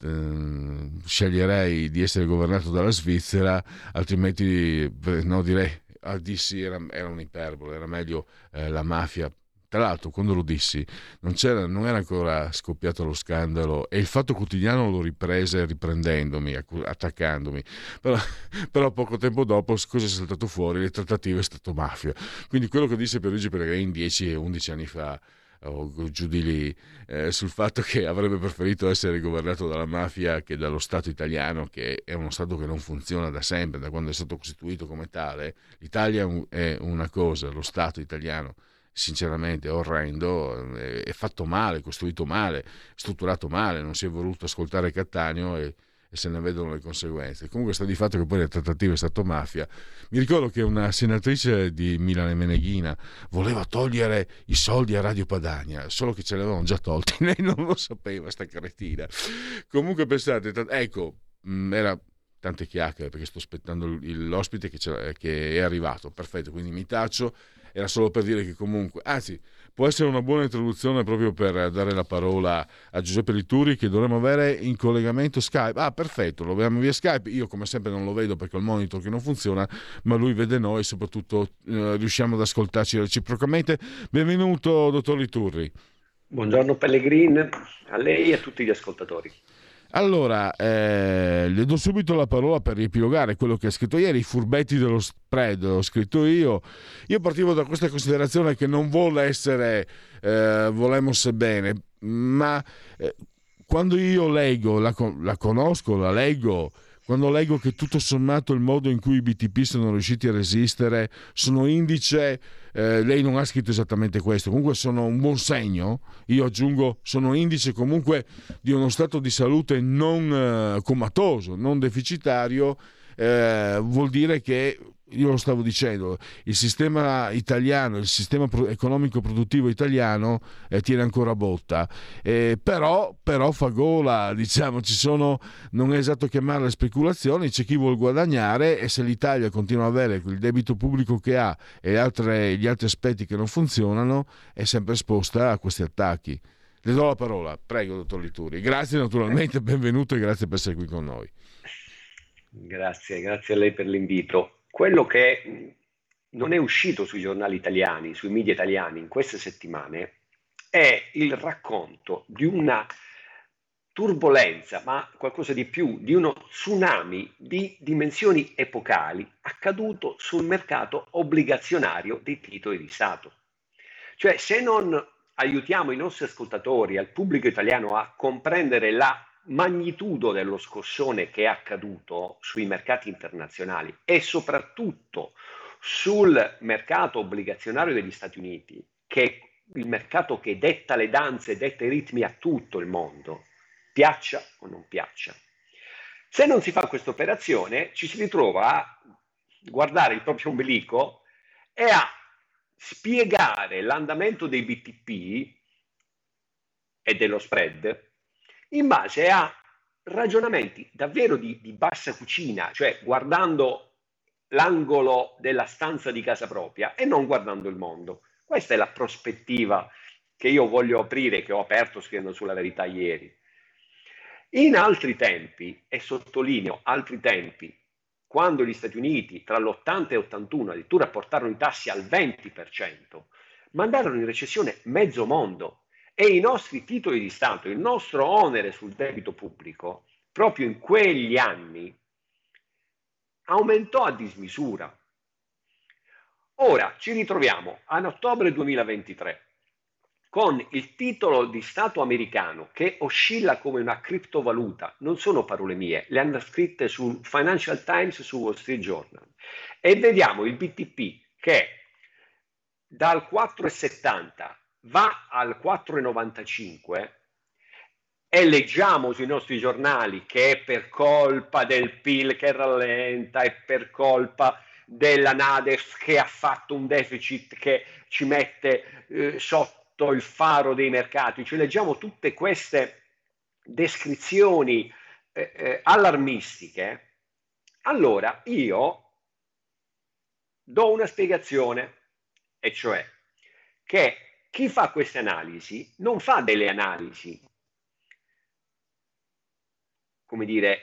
eh, sceglierei di essere governato dalla Svizzera, altrimenti, no, direi, ah, dissi era, era un'iperbole, era meglio eh, la mafia. Tra l'altro, quando lo dissi, non, c'era, non era ancora scoppiato lo scandalo e il Fatto Quotidiano lo riprese riprendendomi, attaccandomi. Però, però poco tempo dopo cosa è saltato fuori? Le trattative è stato mafia. Quindi quello che disse Pierluigi Pellegrini dieci e undici anni fa, o giù di lì, eh, sul fatto che avrebbe preferito essere governato dalla mafia che dallo Stato italiano, che è uno Stato che non funziona da sempre, da quando è stato costituito come tale. L'Italia è una cosa, lo Stato italiano sinceramente è orrendo, è fatto male, costruito male, strutturato male, non si è voluto ascoltare Cattaneo e, e se ne vedono le conseguenze. Comunque sta di fatto che poi le trattative è stato mafia. Mi ricordo che una senatrice di Milano Meneghina voleva togliere i soldi a Radio Padania, solo che ce li avevano già tolti, lei non lo sapeva, sta cretina. Comunque pensate, ecco, era tante chiacchiere perché sto aspettando l'ospite che, che è arrivato, perfetto, quindi mi taccio. Era solo per dire che comunque, anzi, può essere una buona introduzione proprio per dare la parola a Giuseppe Lituri, che dovremmo avere in collegamento Skype. Ah, perfetto, lo vediamo via Skype. Io come sempre non lo vedo perché ho il monitor che non funziona, ma lui vede noi e soprattutto eh, riusciamo ad ascoltarci reciprocamente. Benvenuto, dottor Liturri. Buongiorno Pellegrini, a lei e a tutti gli ascoltatori. Allora, eh, le do subito la parola per riepilogare quello che ha scritto ieri, i furbetti dello spread, l'ho scritto io. Io partivo da questa considerazione che non vuole essere eh, volemos bene, ma eh, quando io leggo, la, la conosco, la leggo, quando leggo che tutto sommato il modo in cui i B T P sono riusciti a resistere sono indice, eh, lei non ha scritto esattamente questo, comunque sono un buon segno, io aggiungo sono indice comunque di uno stato di salute non eh, comatoso, non deficitario, eh, vuol dire che, io lo stavo dicendo, il sistema italiano, il sistema pro- economico produttivo italiano eh, tiene ancora botta, eh, però, però fa gola, diciamo, ci sono, non è esatto chiamarle speculazioni, c'è chi vuol guadagnare e se l'Italia continua ad avere il debito pubblico che ha e altre, gli altri aspetti che non funzionano, è sempre esposta a questi attacchi. Le do la parola, prego, dottor Lituri. Grazie naturalmente, benvenuto e grazie per essere qui con noi. Grazie, grazie a lei per l'invito. Quello che non è uscito sui giornali italiani, sui media italiani in queste settimane è il racconto di una turbolenza, ma qualcosa di più, di uno tsunami di dimensioni epocali accaduto sul mercato obbligazionario dei titoli di Stato. Cioè, se non aiutiamo i nostri ascoltatori, al pubblico italiano a comprendere la magnitudo dello scossone che è accaduto sui mercati internazionali e soprattutto sul mercato obbligazionario degli Stati Uniti, che è il mercato che detta le danze, detta i ritmi a tutto il mondo, piaccia o non piaccia. Se non si fa questa operazione, ci si ritrova a guardare il proprio ombelico e a spiegare l'andamento dei B T P e dello spread in base a ragionamenti davvero di, di bassa cucina, cioè guardando l'angolo della stanza di casa propria e non guardando il mondo. Questa è la prospettiva che io voglio aprire, che ho aperto scrivendo sulla Verità ieri. In altri tempi, e sottolineo altri tempi, quando gli Stati Uniti tra l'ottanta e l'ottantuno addirittura portarono i tassi al venti per cento, mandarono in recessione mezzo mondo e i nostri titoli di Stato, il nostro onere sul debito pubblico, proprio in quegli anni, aumentò a dismisura. Ora ci ritroviamo a ottobre duemilaventitré con il titolo di Stato americano che oscilla come una criptovaluta, non sono parole mie, le hanno scritte sul Financial Times e su Wall Street Journal, e vediamo il B T P che dal quattro virgola settanta va al quattro virgola novantacinque e leggiamo sui nostri giornali che è per colpa del P I L che rallenta, è per colpa della Nadef che ha fatto un deficit che ci mette eh, sotto il faro dei mercati. Ci leggiamo tutte queste descrizioni eh, eh, allarmistiche. Allora io do una spiegazione, e cioè che chi fa queste analisi non fa delle analisi, come dire,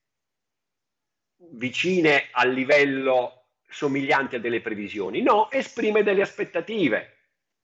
vicine al livello somigliante a delle previsioni, no, esprime delle aspettative.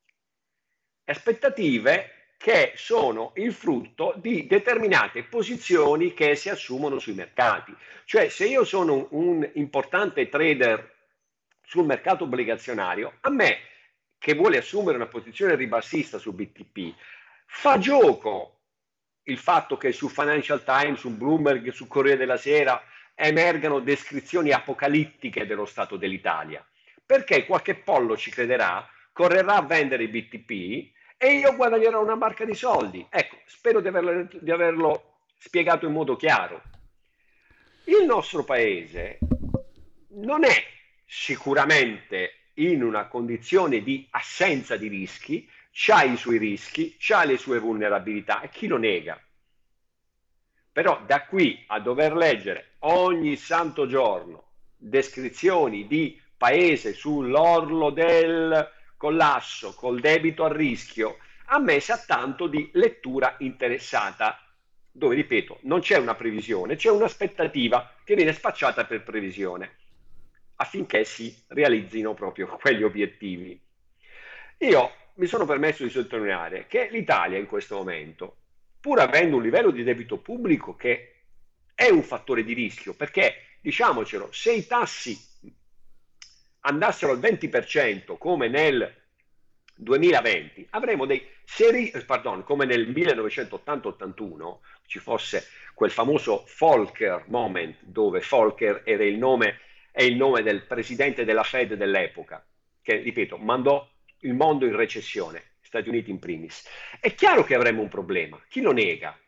Aspettative che sono il frutto di determinate posizioni che si assumono sui mercati. Cioè, se io sono un importante trader sul mercato obbligazionario, a me, che vuole assumere una posizione ribassista su B T P, fa gioco il fatto che su Financial Times, su Bloomberg, su Corriere della Sera emergano descrizioni apocalittiche dello stato dell'Italia, perché qualche pollo ci crederà, correrà a vendere i B T P e io guadagnerò una barca di soldi. Ecco, spero di averlo, di averlo spiegato in modo chiaro. Il nostro paese non è sicuramente in una condizione di assenza di rischi, c'ha i suoi rischi, c'ha le sue vulnerabilità, e chi lo nega? Però da qui a dover leggere ogni santo giorno descrizioni di paese sull'orlo del collasso, col debito a rischio, a me sa tanto di lettura interessata, dove, ripeto, non c'è una previsione, c'è un'aspettativa che viene spacciata per previsione, affinché si realizzino proprio quegli obiettivi. Io mi sono permesso di sottolineare che l'Italia in questo momento, pur avendo un livello di debito pubblico che è un fattore di rischio, perché, diciamocelo, se i tassi andassero al venti per cento come nel duemilaventi, avremo dei seri, pardon, come nel millenovecentottanta ottantuno ci fosse quel famoso Volcker moment, dove Volcker era il nome, è il nome del presidente della Fed dell'epoca, che, ripeto, mandò il mondo in recessione, Stati Uniti in primis. È chiaro che avremo un problema, chi lo nega?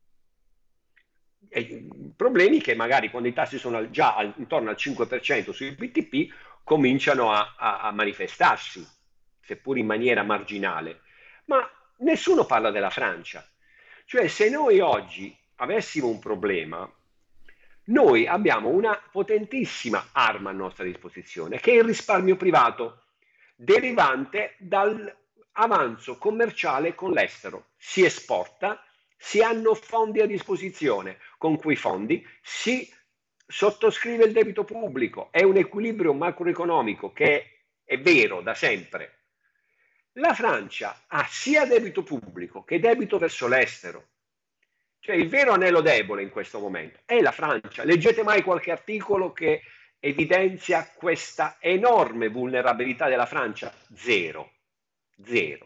E problemi che magari quando i tassi sono già al, intorno al cinque per cento sui B T P cominciano a, a, a manifestarsi, seppur in maniera marginale. Ma nessuno parla della Francia. Cioè, se noi oggi avessimo un problema, noi abbiamo una potentissima arma a nostra disposizione, che è il risparmio privato, derivante dall'avanzo commerciale con l'estero. Si esporta, si hanno fondi a disposizione, con quei fondi si sottoscrive il debito pubblico, è un equilibrio macroeconomico che è vero da sempre. La Francia ha sia debito pubblico che debito verso l'estero. Cioè il vero anello debole in questo momento è la Francia. Leggete mai qualche articolo che evidenzia questa enorme vulnerabilità della Francia? Zero. Zero.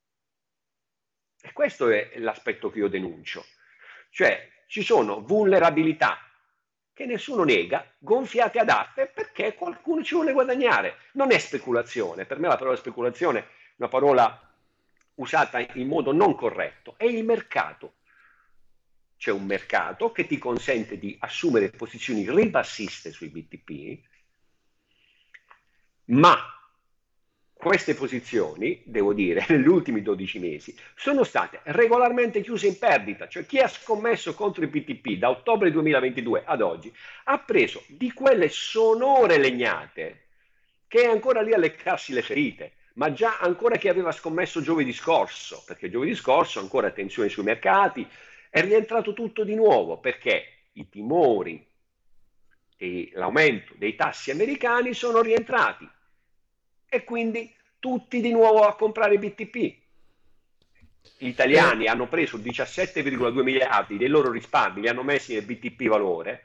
E questo è l'aspetto che io denuncio. Cioè ci sono vulnerabilità che nessuno nega, gonfiate ad arte perché qualcuno ci vuole guadagnare. Non è speculazione, per me la parola speculazione è una parola usata in modo non corretto, è il mercato. C'è un mercato che ti consente di assumere posizioni ribassiste sui B T P, ma queste posizioni, devo dire, negli ultimi dodici mesi sono state regolarmente chiuse in perdita. Cioè chi ha scommesso contro i B T P da ottobre duemilaventidue ad oggi ha preso di quelle sonore legnate che è ancora lì a leccarsi le ferite. ma già ancora chi aveva scommesso giovedì scorso, perché giovedì scorso ancora tensioni sui mercati, è rientrato tutto di nuovo, perché i timori e l'aumento dei tassi americani sono rientrati e quindi tutti di nuovo a comprare B T P. Gli italiani eh. hanno preso diciassette virgola due miliardi dei loro risparmi, li hanno messi nel B T P valore.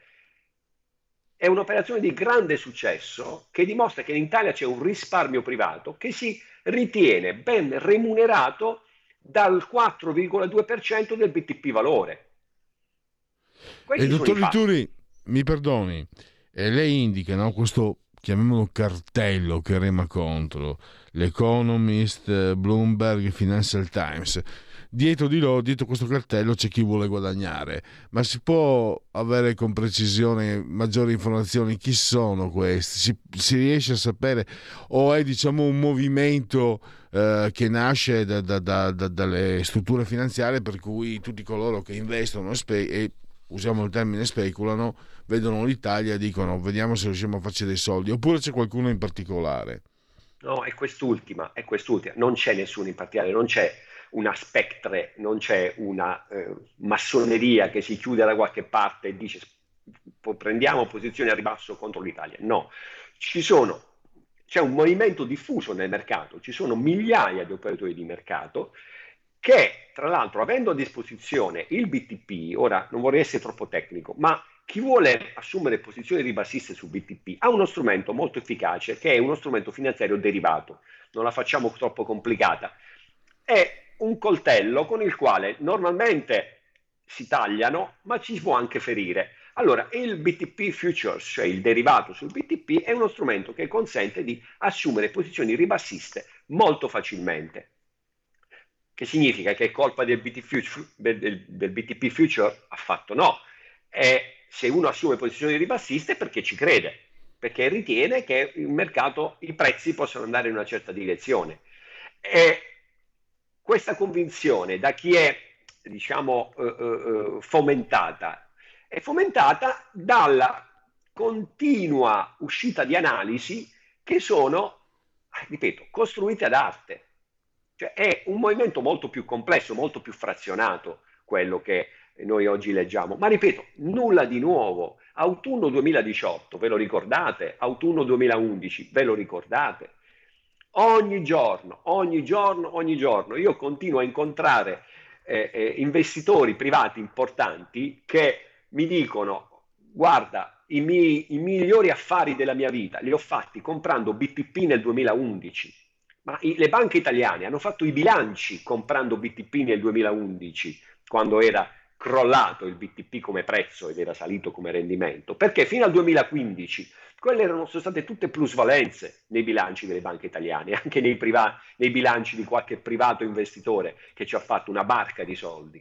È un'operazione di grande successo che dimostra che in Italia c'è un risparmio privato che si ritiene ben remunerato dal quattro virgola due per cento del B T P valore. Questi e dottor Lituri, mi perdoni, eh, lei indica, no, questo, chiamiamolo cartello che rema contro l'Economist, Bloomberg, Financial Times. Dietro di loro, dietro questo cartello c'è chi vuole guadagnare, ma si può avere con precisione maggiori informazioni chi sono questi? Si, si riesce a sapere, o è diciamo un movimento eh, che nasce da, da, da, da, dalle strutture finanziarie, per cui tutti coloro che investono spe- e usiamo il termine speculano, vedono l'Italia e dicono vediamo se riusciamo a farci dei soldi, oppure c'è qualcuno in particolare? No, è quest'ultima, è quest'ultima, non c'è nessuno in particolare, non c'è una spectre, non c'è una eh, massoneria che si chiude da qualche parte e dice prendiamo posizioni a ribasso contro l'Italia. No, ci sono, c'è un movimento diffuso nel mercato, ci sono migliaia di operatori di mercato che, tra l'altro, avendo a disposizione il B T P, ora non vorrei essere troppo tecnico, ma chi vuole assumere posizioni ribassiste su B T P ha uno strumento molto efficace che è uno strumento finanziario derivato, non la facciamo troppo complicata, è un coltello con il quale normalmente si tagliano, ma ci si può anche ferire. Allora, il B T P Futures, cioè il derivato sul B T P, è uno strumento che consente di assumere posizioni ribassiste molto facilmente. Che significa che è colpa del B T P, del, del B T P Future? Affatto no. È, se uno assume posizioni ribassiste è perché ci crede, perché ritiene che il mercato, i prezzi possono andare in una certa direzione. E questa convinzione da chi è, diciamo, eh, eh, fomentata, è fomentata dalla continua uscita di analisi che sono, ripeto, costruite ad arte. Cioè è un movimento molto più complesso, molto più frazionato quello che noi oggi leggiamo. Ma ripeto, nulla di nuovo. Autunno duemiladiciotto, ve lo ricordate? Autunno duemilaundici, ve lo ricordate? Ogni giorno, ogni giorno, ogni giorno io continuo a incontrare eh, eh, investitori privati importanti che mi dicono guarda, i, miei, i migliori affari della mia vita li ho fatti comprando B T P nel duemilaundici, ma i, le banche italiane hanno fatto i bilanci comprando B T P nel duemilaundici, quando era crollato il B T P come prezzo ed era salito come rendimento, perché fino al duemilaquindici quelle erano sono state tutte plusvalenze nei bilanci delle banche italiane, anche nei, priva- nei bilanci di qualche privato investitore che ci ha fatto una barca di soldi.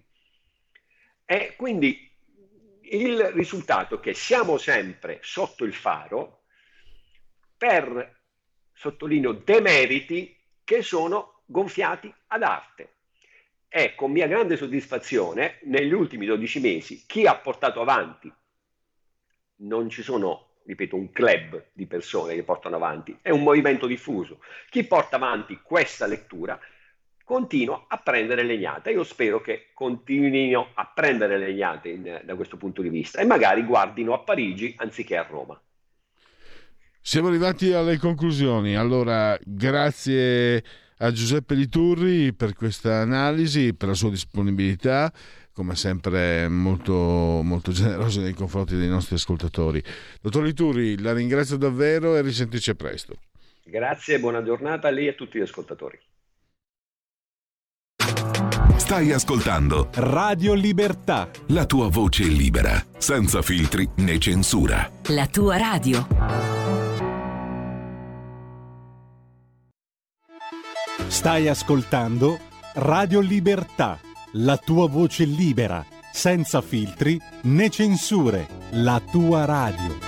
E quindi il risultato è che siamo sempre sotto il faro per, sottolineo, demeriti che sono gonfiati ad arte. E con mia grande soddisfazione, negli ultimi dodici mesi, chi ha portato avanti, non ci sono, ripeto, un club di persone che portano avanti, è un movimento diffuso. Chi porta avanti questa lettura continua a prendere legnate. Io spero che continuino a prendere legnate in, da questo punto di vista e magari guardino a Parigi anziché a Roma. Siamo arrivati alle conclusioni. Allora, grazie a Giuseppe Liturri per questa analisi, per la sua disponibilità, come sempre molto, molto generoso nei confronti dei nostri ascoltatori. Dottor Liturri, la ringrazio davvero e risentirci presto. Grazie, buona giornata a lei e a tutti gli ascoltatori. Stai ascoltando Radio Libertà, la tua voce libera, senza filtri né censura. La tua radio. Stai ascoltando Radio Libertà, la tua voce libera, senza filtri né censure, la tua radio.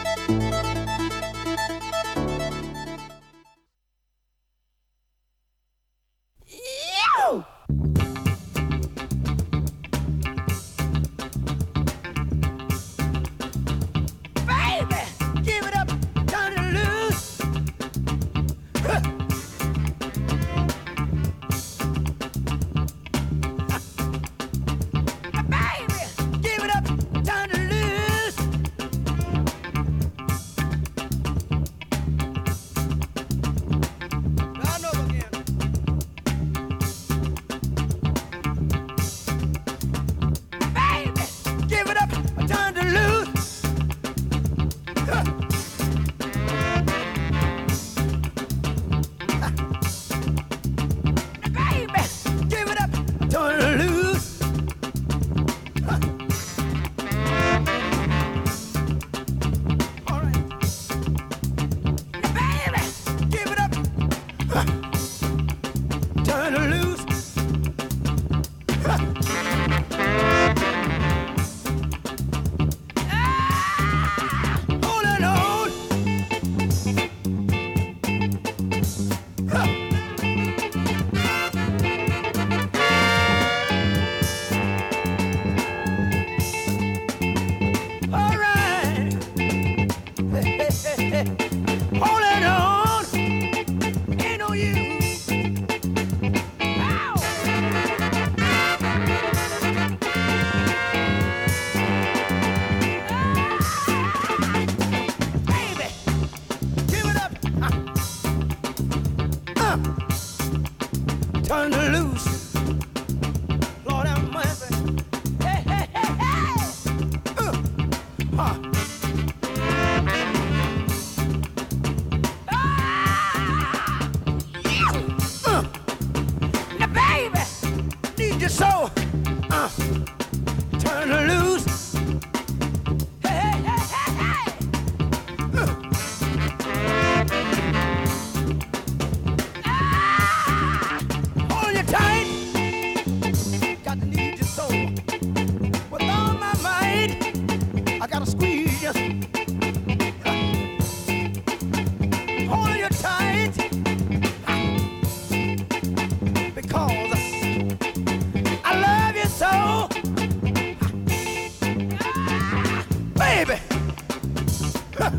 baby. Huh.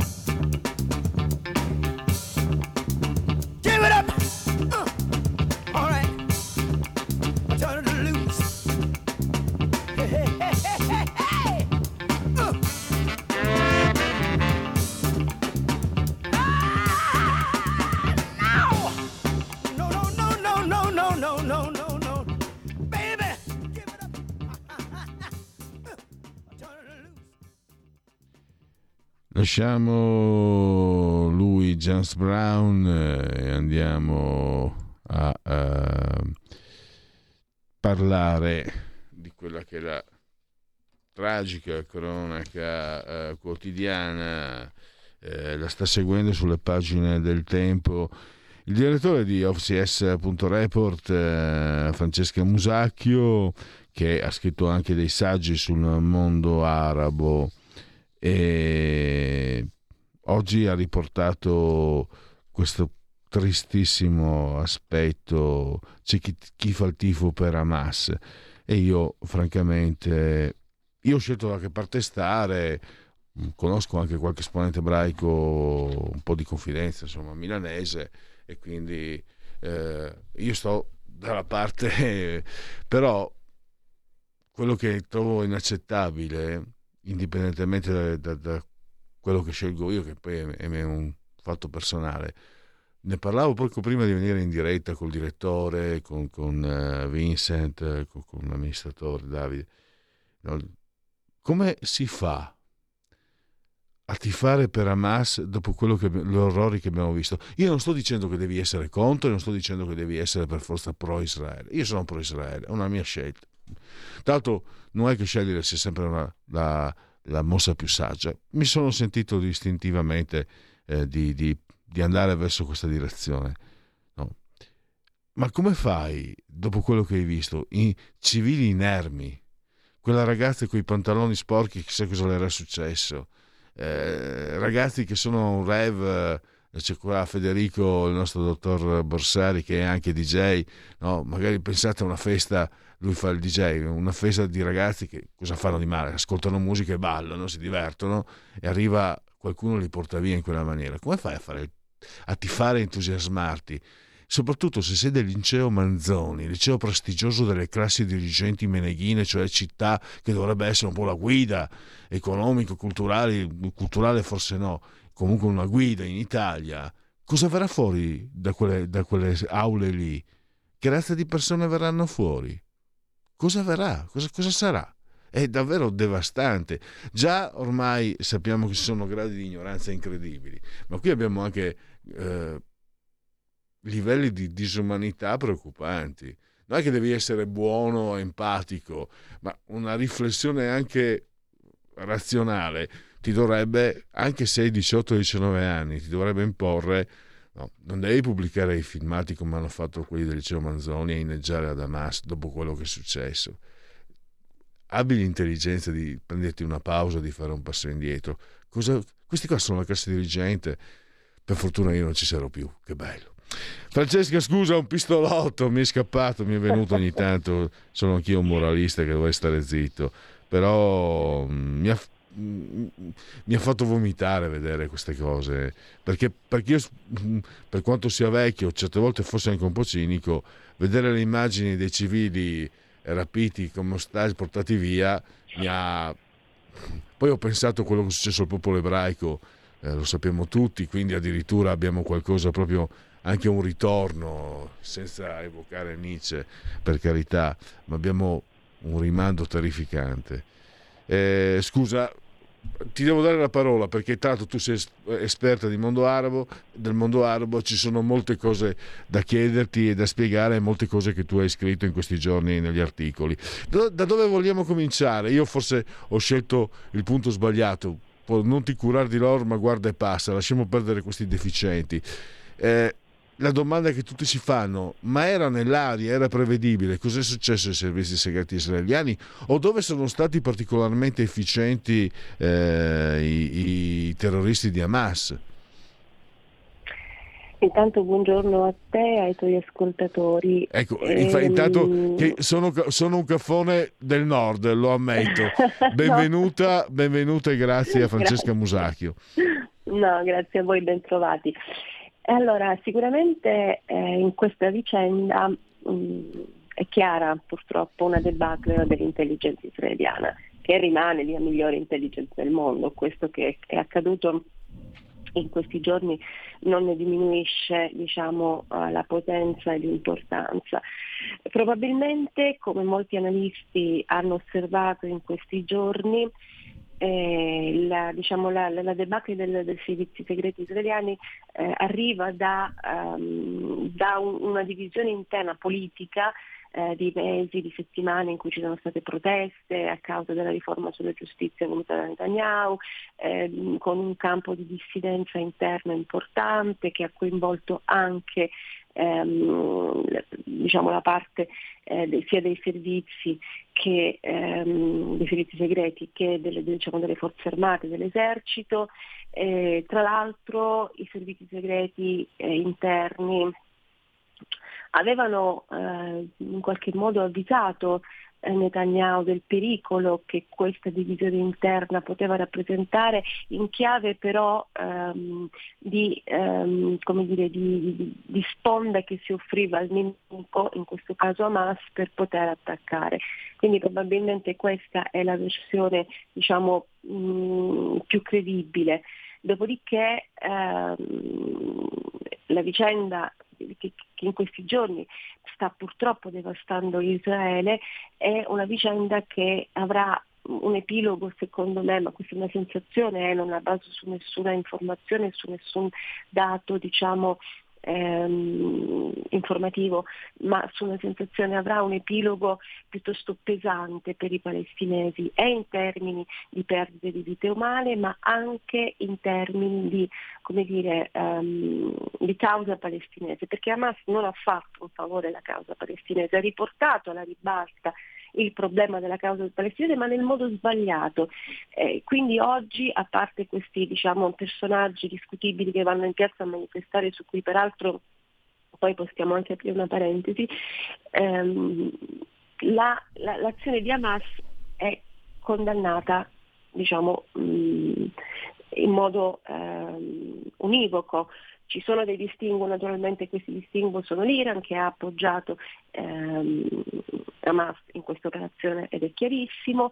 Give it up. Uh. All right. I turn it loose. Hey, hey, hey, hey, hey. Uh. Ah, no. No, no, no, no, no, no, no, no, no. Baby, give it up. Lasciamo lui, James Brown, e andiamo a, a parlare di quella che è la tragica cronaca eh, quotidiana. Eh, la sta seguendo sulle pagine del Tempo il direttore di O C S punto report, eh, Francesca Musacchio, che ha scritto anche dei saggi sul mondo arabo, e oggi ha riportato questo tristissimo aspetto. C'è chi, chi fa il tifo per Hamas, e io francamente io ho scelto da che parte stare. Conosco anche qualche esponente ebraico un po' di confidenza, insomma milanese, e quindi eh, io sto dalla parte però quello che trovo inaccettabile, indipendentemente da, da, da quello che scelgo io, che poi è, è un fatto personale. Ne parlavo poco prima di venire in diretta col direttore, con, con uh, Vincent, con, con l'amministratore Davide. No? Come si fa a tifare per Hamas dopo quello che, gli orrori che abbiamo visto? Io non sto dicendo che devi essere contro, non sto dicendo che devi essere per forza pro Israele. Io sono pro Israele, è una mia scelta. Tanto non è che scegliere sia sempre una, la, la mossa più saggia. Mi sono sentito istintivamente eh, di, di, di andare verso questa direzione. No. Ma come fai, dopo quello che hai visto, in civili inermi, quella ragazza con i pantaloni sporchi, chissà cosa le era successo, eh, ragazzi che sono un rave, eh, c'è qua Federico, il nostro dottor Borsari, che è anche D J, no? Magari pensate a una festa, lui fa il D J, una festa di ragazzi che cosa fanno di male? Ascoltano musica e ballano, si divertono, e arriva qualcuno li porta via in quella maniera. Come fai a fare, a tifare e entusiasmarti? Soprattutto se sei del liceo Manzoni, liceo prestigioso delle classi dirigenti meneghine, cioè città che dovrebbe essere un po' la guida economico, culturale, culturale forse no, comunque una guida in Italia. Cosa verrà fuori da quelle, da quelle aule lì? Che razza di persone verranno fuori? Cosa verrà? Cosa, cosa sarà? È davvero devastante. Già ormai sappiamo che ci sono gradi di ignoranza incredibili, ma qui abbiamo anche eh, livelli di disumanità preoccupanti. Non è che devi essere buono, empatico, ma una riflessione anche razionale ti dovrebbe, anche se hai diciotto diciannove anni, ti dovrebbe imporre. No, non devi pubblicare i filmati come hanno fatto quelli del liceo Manzoni e inneggiare ad Hamas dopo quello che è successo. Abbi l'intelligenza di prenderti una pausa, di fare un passo indietro. Cosa... Questi qua sono la classe dirigente. Per fortuna io non ci sarò più. Che bello. Francesca, scusa, un pistolotto mi è scappato, mi è venuto ogni tanto. Sono anch'io un moralista che dovrei stare zitto, però mi ha mi ha fatto vomitare vedere queste cose, perché, perché io, per quanto sia vecchio, certe volte forse anche un po' cinico, vedere le immagini dei civili rapiti come ostaggi, portati via, mi ha... Poi ho pensato a quello che è successo al popolo ebraico, eh, lo sappiamo tutti, quindi addirittura abbiamo qualcosa, proprio anche un ritorno, senza evocare Nietzsche, per carità, ma abbiamo un rimando terrificante. Eh, scusa, ti devo dare la parola perché tanto tu sei esperta di mondo arabo, del mondo arabo, ci sono molte cose da chiederti e da spiegare, molte cose che tu hai scritto in questi giorni negli articoli. Da dove vogliamo cominciare? Io forse ho scelto il punto sbagliato, non ti curare di loro, ma guarda e passa, lasciamo perdere questi deficienti. Eh, la domanda che tutti si fanno: ma era nell'aria, era prevedibile? Cos'è successo ai servizi segreti israeliani? O dove sono stati particolarmente efficienti eh, i, i terroristi di Hamas? Intanto buongiorno a te e ai tuoi ascoltatori. Ecco, ehm... intanto che sono, sono un caffone del nord, lo ammetto. Benvenuta, no. benvenuta e grazie a Francesca grazie. Musacchio. No, grazie a voi, bentrovati. Allora, sicuramente eh, in questa vicenda mh, è chiara purtroppo una debacle dell'intelligenza israeliana, che rimane la migliore intelligence del mondo. Questo che è accaduto in questi giorni non ne diminuisce, diciamo, la potenza e l'importanza. Probabilmente, come molti analisti hanno osservato in questi giorni, eh, la, diciamo, la, la debacle del, dei servizi segreti israeliani eh, arriva da, um, da un, una divisione interna politica eh, di mesi, di settimane in cui ci sono state proteste a causa della riforma sulla giustizia voluta da Netanyahu, eh, con un campo di dissidenza interna importante che ha coinvolto anche ehm, diciamo la parte eh, de, sia dei servizi che ehm, dei servizi segreti che delle, diciamo, delle forze armate, dell'esercito. Eh, tra l'altro i servizi segreti eh, interni avevano eh, in qualche modo avvisato eh, Netanyahu del pericolo che questa divisione interna poteva rappresentare, in chiave però ehm, di, ehm, come dire, di, di, di sponda che si offriva al nemico, in questo caso Hamas, per poter attaccare. Quindi probabilmente questa è la versione, diciamo, mh, più credibile. Dopodiché ehm, la vicenda che, che in questi giorni sta purtroppo devastando Israele è una vicenda che avrà un epilogo, secondo me, ma questa è una sensazione, eh, non ha base su nessuna informazione, su nessun dato, diciamo, ehm, informativo, ma su una sensazione, avrà un epilogo piuttosto pesante per i palestinesi, e in termini di perdite di vite umane, ma anche in termini di, come dire, um, di causa palestinese, perché Hamas non ha fatto un favore alla causa palestinese, ha riportato alla ribalta il problema della causa palestinese, ma nel modo sbagliato. Eh, quindi oggi, a parte questi, diciamo, personaggi discutibili che vanno in piazza a manifestare, su cui peraltro poi possiamo anche aprire una parentesi, ehm, la, la, l'azione di Hamas è condannata, diciamo, mh, in modo ehm, univoco. Ci sono dei distinguo, naturalmente questi distinguo sono l'Iran, che ha appoggiato ehm, Hamas in questa operazione ed è chiarissimo,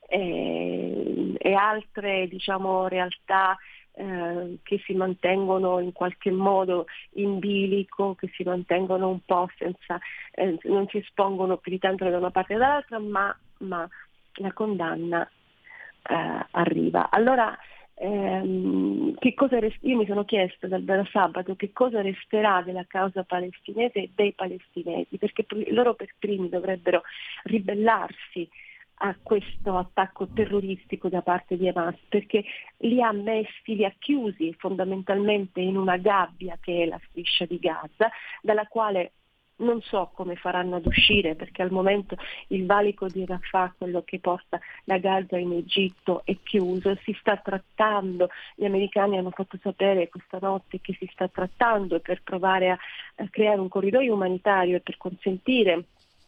e, e altre, diciamo, realtà eh, che si mantengono in qualche modo in bilico, che si mantengono un po' senza, eh, non si espongono più di tanto da una parte o dall'altra, ma, ma la condanna eh, arriva. Allora, Ehm, che cosa rest- io mi sono chiesto dal da sabato che cosa resterà della causa palestinese e dei palestinesi, perché pr- loro per primi dovrebbero ribellarsi a questo attacco terroristico da parte di Hamas, perché li ha messi, li ha chiusi fondamentalmente in una gabbia che è la striscia di Gaza, dalla quale non so come faranno ad uscire, perché al momento il valico di Rafah, quello che porta da Gaza in Egitto, è chiuso. Si sta trattando, gli americani hanno fatto sapere questa notte che si sta trattando per provare a, a creare un corridoio umanitario e per consentire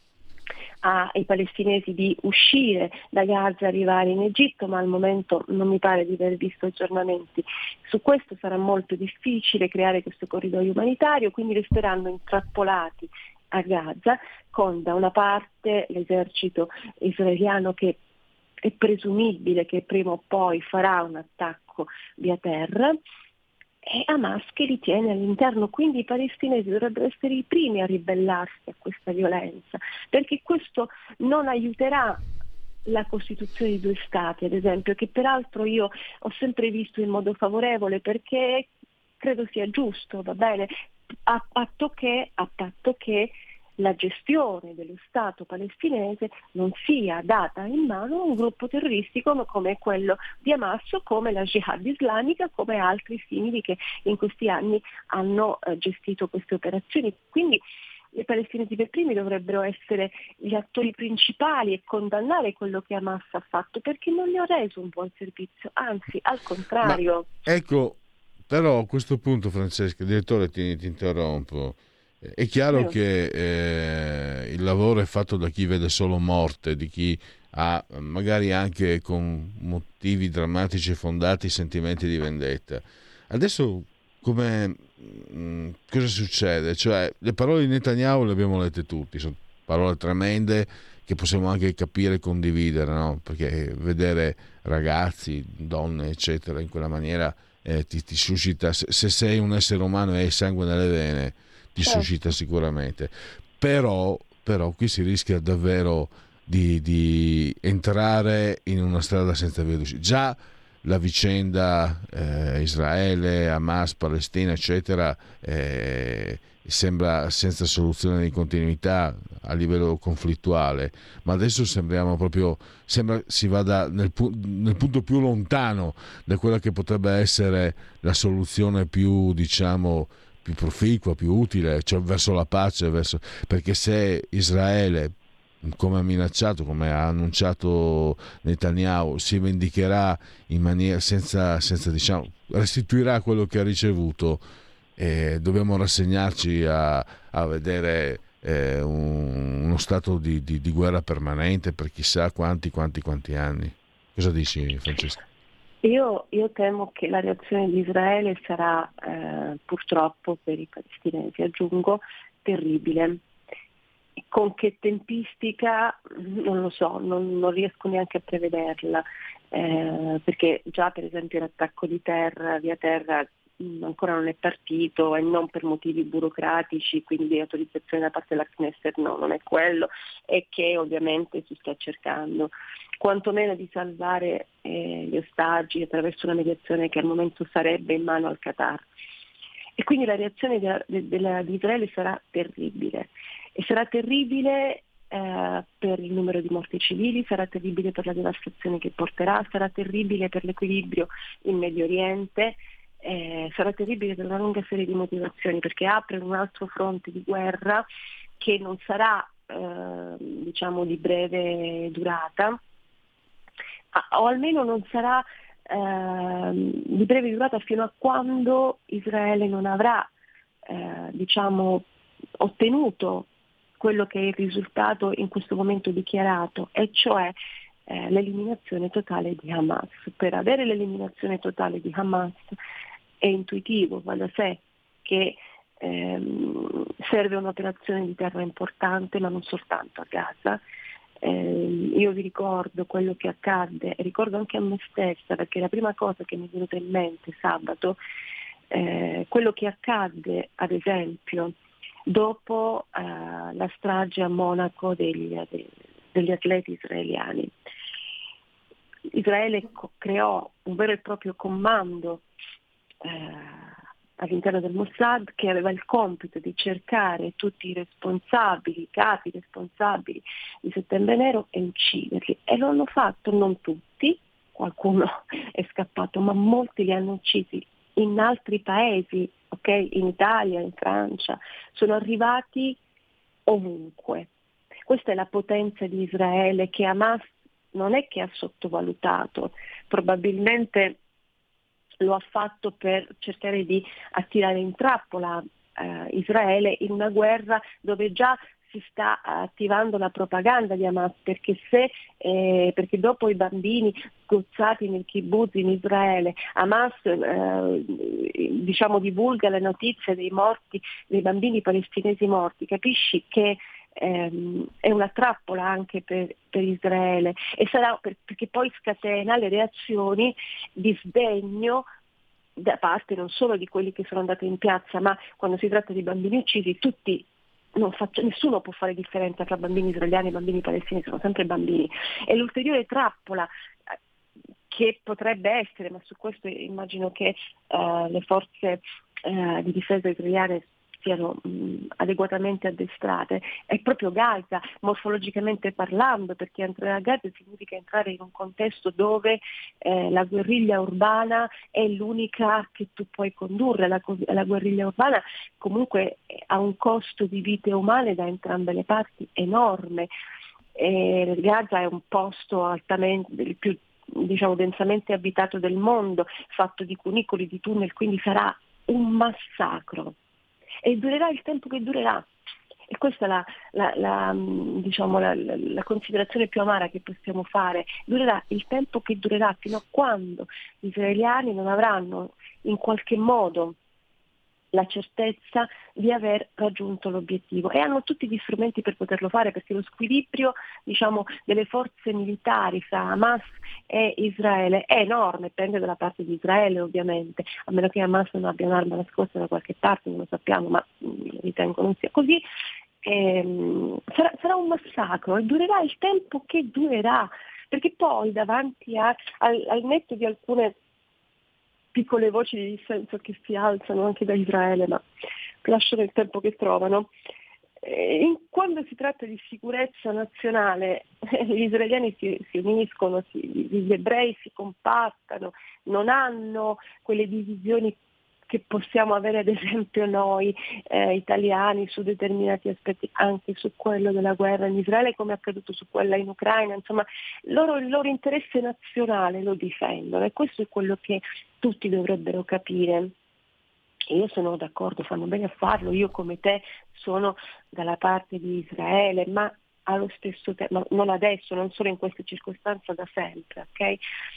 ai palestinesi di uscire da Gaza e arrivare in Egitto, ma al momento non mi pare di aver visto aggiornamenti su questo. Sarà molto difficile creare questo corridoio umanitario, quindi resteranno intrappolati a Gaza con da una parte l'esercito israeliano, che è presumibile che prima o poi farà un attacco via terra, e Hamas che li tiene all'interno. Quindi i palestinesi dovrebbero essere i primi a ribellarsi a questa violenza, perché questo non aiuterà la costituzione di due stati, ad esempio, che peraltro io ho sempre visto in modo favorevole, perché credo sia giusto, va bene, a patto che, a patto che la gestione dello Stato palestinese non sia data in mano a un gruppo terroristico come quello di Hamas, o come la Jihad islamica, come altri simili che in questi anni hanno eh, gestito queste operazioni. Quindi i palestinesi per primi dovrebbero essere gli attori principali e condannare quello che Hamas ha fatto, perché non gli ha reso un buon servizio, anzi al contrario. Ma, ecco, però a questo punto, Francesca, direttore, ti, ti interrompo. È chiaro che eh, il lavoro è fatto da chi vede solo morte, di chi ha magari anche con motivi drammatici e fondati sentimenti di vendetta. Adesso come mh, cosa succede? Cioè, le parole di Netanyahu le abbiamo lette tutti, sono parole tremende che possiamo anche capire e condividere, no? Perché vedere ragazzi, donne, eccetera, in quella maniera eh, ti, ti suscita, se, se sei un essere umano e hai sangue nelle vene, ti suscita sicuramente. Però, però qui si rischia davvero di, di entrare in una strada senza via d'uscita. Già la vicenda eh, Israele, Hamas, Palestina, eccetera, eh, sembra senza soluzione di continuità a livello conflittuale, ma adesso sembriamo proprio, sembra si vada nel, nel punto più lontano da quella che potrebbe essere la soluzione più, diciamo, più proficua, più utile, cioè verso la pace, verso, perché se Israele, come ha minacciato, come ha annunciato Netanyahu, si vendicherà in maniera senza, senza diciamo, restituirà quello che ha ricevuto, e dobbiamo rassegnarci a, a vedere eh, un, uno stato di, di, di guerra permanente per chissà quanti, quanti, quanti anni. Cosa dici, Francesca? Io, io temo che la reazione di Israele sarà eh, purtroppo per i palestinesi, aggiungo, terribile. Con che tempistica non lo so, non, non riesco neanche a prevederla, eh, perché già per esempio l'attacco di terra, via terra, mh, ancora non è partito e non per motivi burocratici, quindi autorizzazione da parte della Knesset, no, non è quello, e che ovviamente si sta cercando quantomeno di salvare eh, gli ostaggi attraverso una mediazione che al momento sarebbe in mano al Qatar. E quindi la reazione della, della, di Israele sarà terribile. E sarà terribile eh, per il numero di morti civili, sarà terribile per la devastazione che porterà, sarà terribile per l'equilibrio in Medio Oriente, eh, sarà terribile per una lunga serie di motivazioni, perché apre un altro fronte di guerra che non sarà eh, diciamo di breve durata, o almeno non sarà eh, di breve durata fino a quando Israele non avrà eh, diciamo ottenuto quello che è il risultato in questo momento dichiarato, e cioè eh, l'eliminazione totale di Hamas. Per avere l'eliminazione totale di Hamas è intuitivo, va da sé che ehm, serve un'operazione di terra importante, ma non soltanto a Gaza. Eh, io vi ricordo quello che accadde, e ricordo anche a me stessa, perché la prima cosa che mi è venuta in mente sabato, eh, quello che accadde ad esempio dopo eh, la strage a Monaco degli, degli atleti israeliani. Israele co- creò un vero e proprio comando eh, all'interno del Mossad che aveva il compito di cercare tutti i responsabili, i capi responsabili di Settembre Nero e ucciderli. E lo hanno fatto non tutti, qualcuno è scappato, ma molti li hanno uccisi in altri paesi, ok? In Italia, in Francia, sono arrivati ovunque. Questa è la potenza di Israele che Hamas non è che ha sottovalutato, probabilmente lo ha fatto per cercare di attirare in trappola eh, Israele in una guerra dove già si sta attivando la propaganda di Hamas, perché se eh, perché dopo i bambini sgozzati nel kibbutz in Israele, Hamas eh, diciamo divulga le notizie dei morti, dei bambini palestinesi morti, capisci che ehm, è una trappola anche per, per Israele, e sarà per, perché poi scatena le reazioni di sdegno da parte non solo di quelli che sono andati in piazza, ma quando si tratta di bambini uccisi tutti. Non faccio, nessuno può fare differenza tra bambini israeliani e bambini palestinesi, sono sempre bambini. E l'ulteriore trappola che potrebbe essere, ma su questo immagino che uh, le forze uh, di difesa israeliane siano mh, adeguatamente addestrate, è proprio Gaza, morfologicamente parlando, perché entrare a Gaza significa entrare in un contesto dove eh, la guerriglia urbana è l'unica che tu puoi condurre. La, la guerriglia urbana comunque ha un costo di vite umane da entrambe le parti enorme. E Gaza è un posto altamente il più diciamo densamente abitato del mondo, fatto di cunicoli, di tunnel, quindi sarà un massacro e durerà il tempo che durerà. E questa è la, la, la, diciamo, la, la, la considerazione più amara che possiamo fare. Durerà il tempo che durerà, fino a quando gli israeliani non avranno in qualche modo la certezza di aver raggiunto l'obiettivo, e hanno tutti gli strumenti per poterlo fare, perché lo squilibrio, diciamo, delle forze militari fra Hamas e Israele è enorme, pende dalla parte di Israele ovviamente, a meno che Hamas non abbia un'arma nascosta da qualche parte, non lo sappiamo, ma mh, ritengo non sia così. Ehm, sarà, sarà un massacro e durerà il tempo che durerà, perché poi davanti a, al, al netto di alcune piccole voci di dissenso che si alzano anche da Israele, ma lasciano il tempo che trovano. E quando si tratta di sicurezza nazionale, gli israeliani si, si uniscono, si, gli ebrei si compattano, non hanno quelle divisioni che possiamo avere ad esempio noi eh, italiani su determinati aspetti, anche su quello della guerra in Israele, come è accaduto su quella in Ucraina. Insomma, loro il loro interesse nazionale lo difendono, e questo è quello che tutti dovrebbero capire. E io sono d'accordo, fanno bene a farlo, io come te sono dalla parte di Israele, ma allo stesso tempo, non adesso, non solo in questa circostanza, da sempre, ok?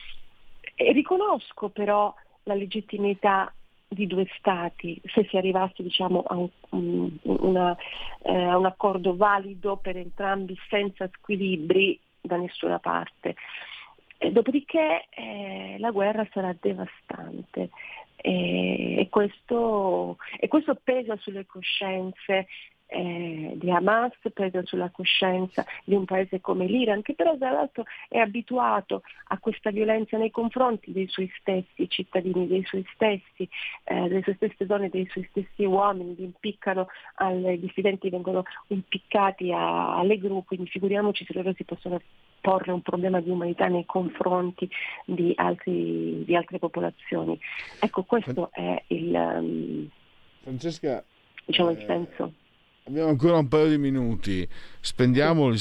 E riconosco però la legittimità di due stati, se si arrivasse, diciamo, a un, un, una, eh, a un accordo valido per entrambi, senza squilibri da nessuna parte. E dopodiché eh, la guerra sarà devastante e, e, questo, e questo pesa sulle coscienze eh, di Hamas, pesa sulla coscienza di un paese come l'Iran, che però dall'altro è abituato a questa violenza nei confronti dei suoi stessi cittadini, dei suoi stessi, eh, delle sue stesse donne, dei suoi stessi uomini. Li impiccano, ai dissidenti vengono impiccati a, alle gru, quindi figuriamoci se loro si possono porre un problema di umanità nei confronti di, altri, di altre popolazioni. Ecco, questo è il, um, Francesca, diciamo, il eh, senso. Abbiamo ancora un paio di minuti, spendiamoli,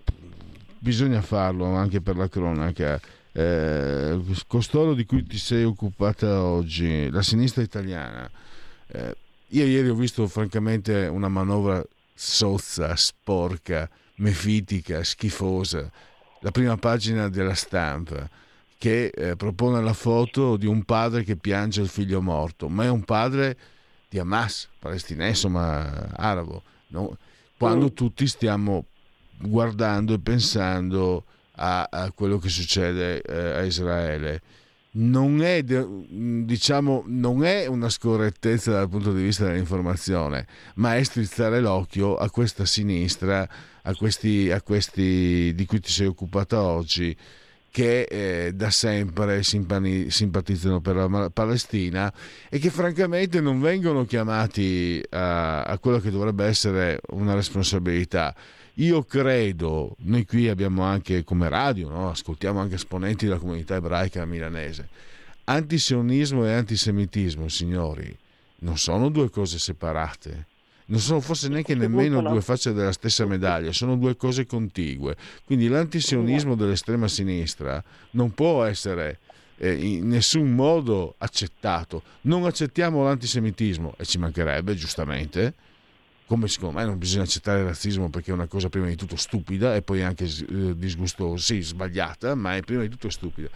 bisogna farlo anche per la cronaca. Eh, costoro di cui ti sei occupata oggi, la sinistra italiana, eh, io ieri ho visto francamente una manovra sozza, sporca, mefitica, schifosa. La prima pagina della Stampa che eh, propone la foto di un padre che piange il figlio morto, ma è un padre di Hamas, palestinese, insomma arabo, no? Quando tutti stiamo guardando e pensando a, a quello che succede eh, a Israele. Non è, diciamo, non è una scorrettezza dal punto di vista dell'informazione, ma è strizzare l'occhio a questa sinistra, a questi, a questi di cui ti sei occupata oggi, che eh, da sempre simpani, simpatizzano per la Palestina e che francamente non vengono chiamati a, a quello che dovrebbe essere una responsabilità. Io credo, noi qui abbiamo anche come radio, no? Ascoltiamo anche esponenti della comunità ebraica milanese. Antisionismo e antisemitismo, signori, non sono due cose separate. Non sono forse neanche nemmeno due facce della stessa medaglia, sono due cose contigue. Quindi l'antisionismo dell'estrema sinistra non può essere eh, in nessun modo accettato. Non accettiamo l'antisemitismo, e ci mancherebbe, giustamente, come secondo me non bisogna accettare il razzismo, perché è una cosa prima di tutto stupida e poi anche eh, disgustosa, sì, sbagliata, ma è prima di tutto stupida.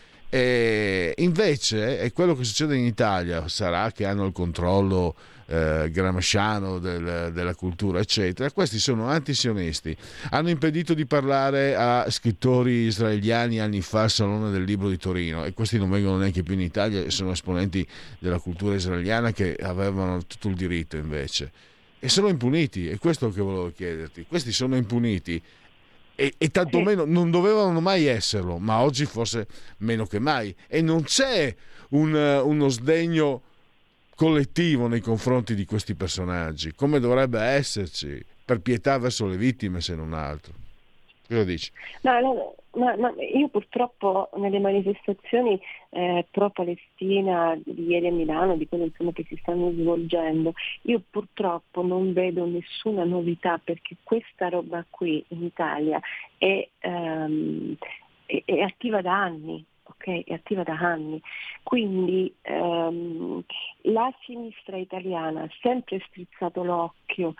E invece è quello che succede in Italia. Sarà che hanno il controllo eh, gramsciano del, della cultura, eccetera. Questi sono antisionisti, hanno impedito di parlare a scrittori israeliani anni fa al Salone del Libro di Torino, e questi non vengono neanche più in Italia e sono esponenti della cultura israeliana che avevano tutto il diritto invece. E sono impuniti, è questo che volevo chiederti. Questi sono impuniti e, e tantomeno non dovevano mai esserlo, ma oggi forse meno che mai. E non c'è un, uno sdegno collettivo nei confronti di questi personaggi, come dovrebbe esserci, per pietà verso le vittime, se non altro. Cosa dici? No, no, no, no, io purtroppo nelle manifestazioni eh, pro-Palestina di ieri a Milano, di quelle insomma che si stanno svolgendo, io purtroppo non vedo nessuna novità, perché questa roba qui in Italia è, um, è, è attiva da anni. Okay, è attiva da anni, quindi ehm, la sinistra italiana ha sempre strizzato l'occhio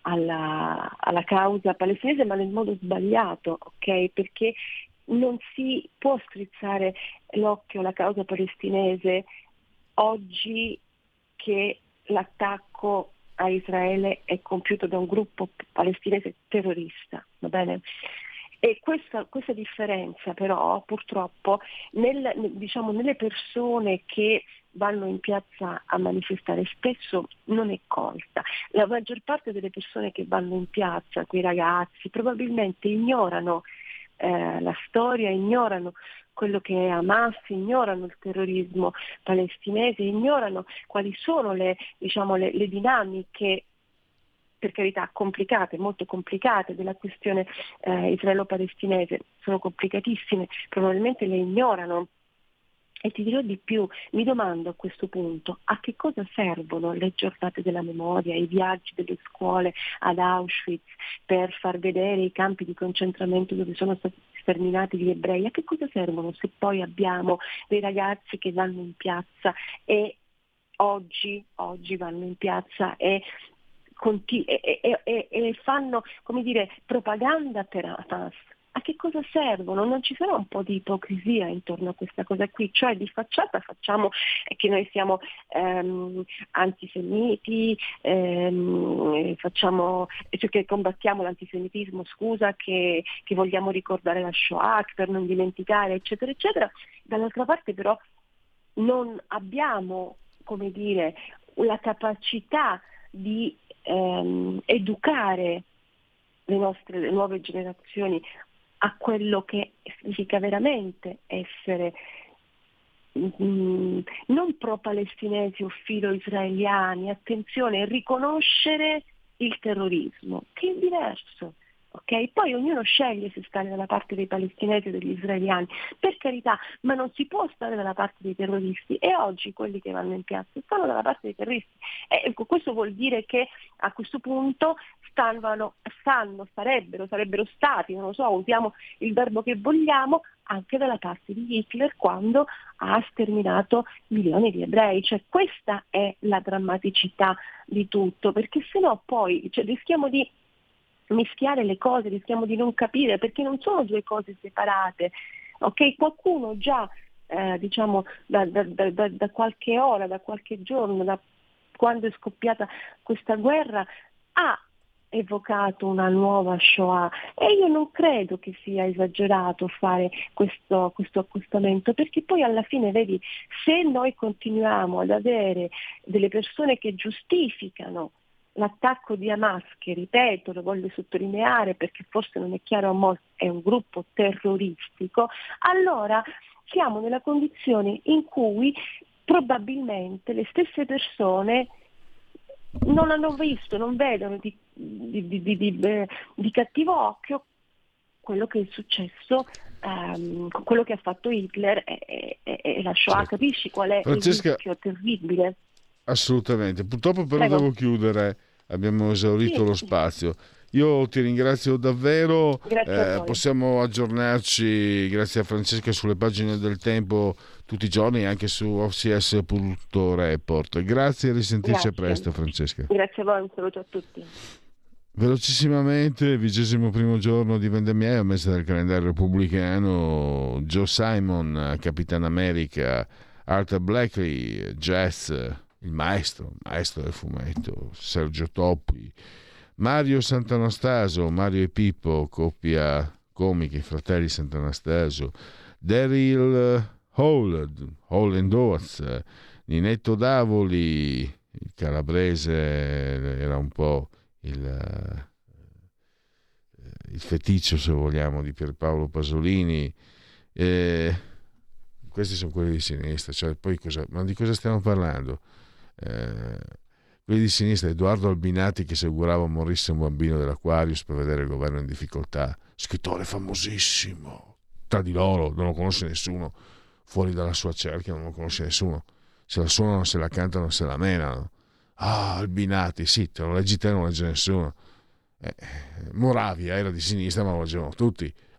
alla, alla causa palestinese, ma nel modo sbagliato, okay? Perché non si può strizzare l'occhio alla causa palestinese oggi che l'attacco a Israele è compiuto da un gruppo palestinese terrorista, va bene? E questa, questa differenza però purtroppo nel, diciamo, nelle persone che vanno in piazza a manifestare spesso non è colta. La maggior parte delle persone che vanno in piazza, quei ragazzi, probabilmente ignorano eh, la storia, ignorano quello che è Hamas, ignorano il terrorismo palestinese, ignorano quali sono le, diciamo, le, le dinamiche, per carità, complicate, molto complicate, della questione eh, israelo-palestinese, sono complicatissime, probabilmente le ignorano. E ti dirò di più, mi domando a questo punto a che cosa servono le giornate della memoria, i viaggi delle scuole ad Auschwitz per far vedere i campi di concentramento dove sono stati sterminati gli ebrei, a che cosa servono se poi abbiamo dei ragazzi che vanno in piazza e oggi, oggi vanno in piazza e Conti- e, e, e, e fanno, come dire, propaganda per Hamas. A che cosa servono? Non ci sarà un po' di ipocrisia intorno a questa cosa qui? Cioè di facciata facciamo che noi siamo ehm, antisemiti, ehm, facciamo, cioè che combattiamo l'antisemitismo, scusa, che, che vogliamo ricordare la Shoah per non dimenticare, eccetera, eccetera. Dall'altra parte però non abbiamo, come dire, la capacità di ehm, educare le nostre le nuove generazioni a quello che significa veramente essere mh, non pro-palestinesi o filo-israeliani, attenzione, riconoscere il terrorismo, che è diverso. Okay? Poi ognuno sceglie se stare dalla parte dei palestinesi o degli israeliani, per carità, ma non si può stare dalla parte dei terroristi, e oggi quelli che vanno in piazza stanno dalla parte dei terroristi. E ecco, questo vuol dire che a questo punto stanno, stanno, sarebbero, sarebbero stati, non lo so, usiamo il verbo che vogliamo, anche dalla parte di Hitler quando ha sterminato milioni di ebrei. Cioè questa è la drammaticità di tutto, perché sennò poi cioè, rischiamo di mischiare le cose, rischiamo di non capire, perché non sono due cose separate. Ok, qualcuno già eh, diciamo da, da, da, da qualche ora, da qualche giorno, da quando è scoppiata questa guerra, ha evocato una nuova Shoah, e io non credo che sia esagerato fare questo, questo accostamento, perché poi alla fine, vedi, se noi continuiamo ad avere delle persone che giustificano l'attacco di Hamas, che ripeto, lo voglio sottolineare perché forse non è chiaro a molti, è un gruppo terroristico, allora siamo nella condizione in cui probabilmente le stesse persone non hanno visto, non vedono di, di, di, di, di, eh, di cattivo occhio quello che è successo, um, quello che ha fatto Hitler e, e, e la Shoah. Certo. Capisci qual è Francesca... il rischio terribile? Assolutamente, purtroppo però Prego. devo chiudere, abbiamo esaurito sì. lo spazio. Io ti ringrazio davvero, eh, possiamo aggiornarci grazie a Francesca sulle pagine del Tempo tutti i giorni, anche su o c s punto report. Grazie e risentirci a presto, Francesca. Grazie a voi, un saluto a tutti. Velocissimamente, vigesimo primo giorno di Vendemmia, mese del calendario repubblicano, Joe Simon, Capitan America, Arthur Blakey, jazz, il maestro, maestro del fumetto, Sergio Toppi, Mario Sant'Anastaso, Mario e Pippo, coppia comica, i fratelli Sant'Anastaso, Daryl Hall, Hall and Oates, Ninetto Davoli, il calabrese era un po' il, il feticcio, se vogliamo, di Pierpaolo Pasolini. Eh, questi sono quelli di sinistra, cioè, poi cosa, ma di cosa stiamo parlando? Eh, quelli di sinistra, Edoardo Albinati che si augurava morisse un bambino dell'Aquarius per vedere il governo in difficoltà, scrittore famosissimo, tra di loro non lo conosce nessuno, fuori dalla sua cerchia non lo conosce nessuno, se la suonano, se la cantano, se la menano. Ah, Albinati, sì, te lo leggi te, non lo legge nessuno. eh, Moravia era di sinistra ma lo leggevano tutti.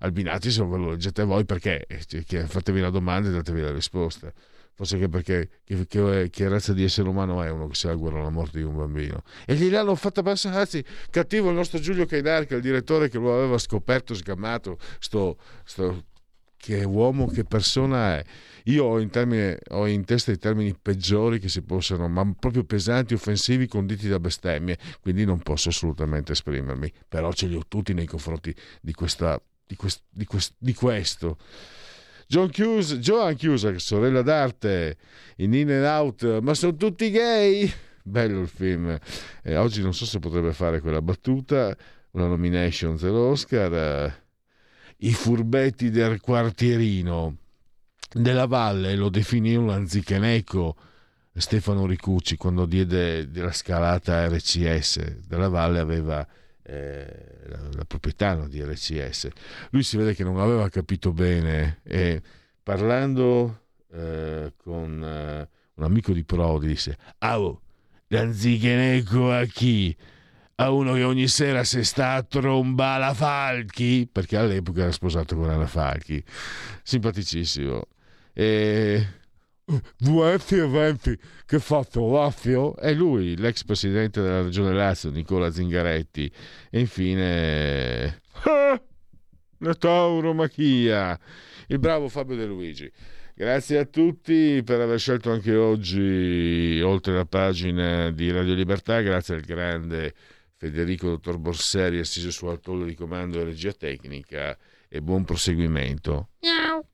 Albinati, se ve lo leggete voi, perché fatevi la domanda e datevi la risposta. Forse che perché che, che, che razza di essere umano è uno che si augura la morte di un bambino, e gli l'hanno fatta passare. Anzi, cattivo il nostro Giulio Cainarca, che è il direttore, che lo aveva scoperto, sgamato sto, sto che uomo, che persona è. Io ho in, termine, ho in testa i termini peggiori che si possano, ma proprio pesanti, offensivi, conditi da bestemmie, quindi non posso assolutamente esprimermi, però ce li ho tutti nei confronti di questa di, quest, di, quest, di questo. John Cusack, Joan Cusack, sorella d'arte in In and Out, ma sono tutti gay. Bello il film. Eh, oggi non so se potrebbe fare quella battuta, una nomination dell'Oscar. Eh, I furbetti del quartierino. Della Valle lo definì un lanzicheneco Stefano Ricucci quando diede della scalata R C S. Della Valle aveva eh, la, la proprietà, no, di R C S. Lui si vede che non aveva capito bene, e parlando eh, con eh, un amico di Prodi disse: ah, oh, lanzicheneco a chi? A uno che ogni sera si sta a tromba la Falchi, perché all'epoca era sposato con Anna Falchi. Simpaticissimo. E due eventi che ha fatto Lazio, è lui, l'ex presidente della regione Lazio, Nicola Zingaretti. E infine ah, la tauromachia, il bravo Fabio De Luigi. Grazie a tutti per aver scelto anche oggi oltre la pagina di Radio Libertà. Grazie al grande Federico Dottor Borseri, assiso su al tollo di comando e regia tecnica, e buon proseguimento. Miau.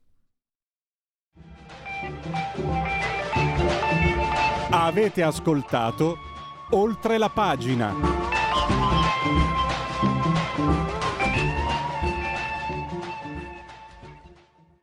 Avete ascoltato Oltre la pagina.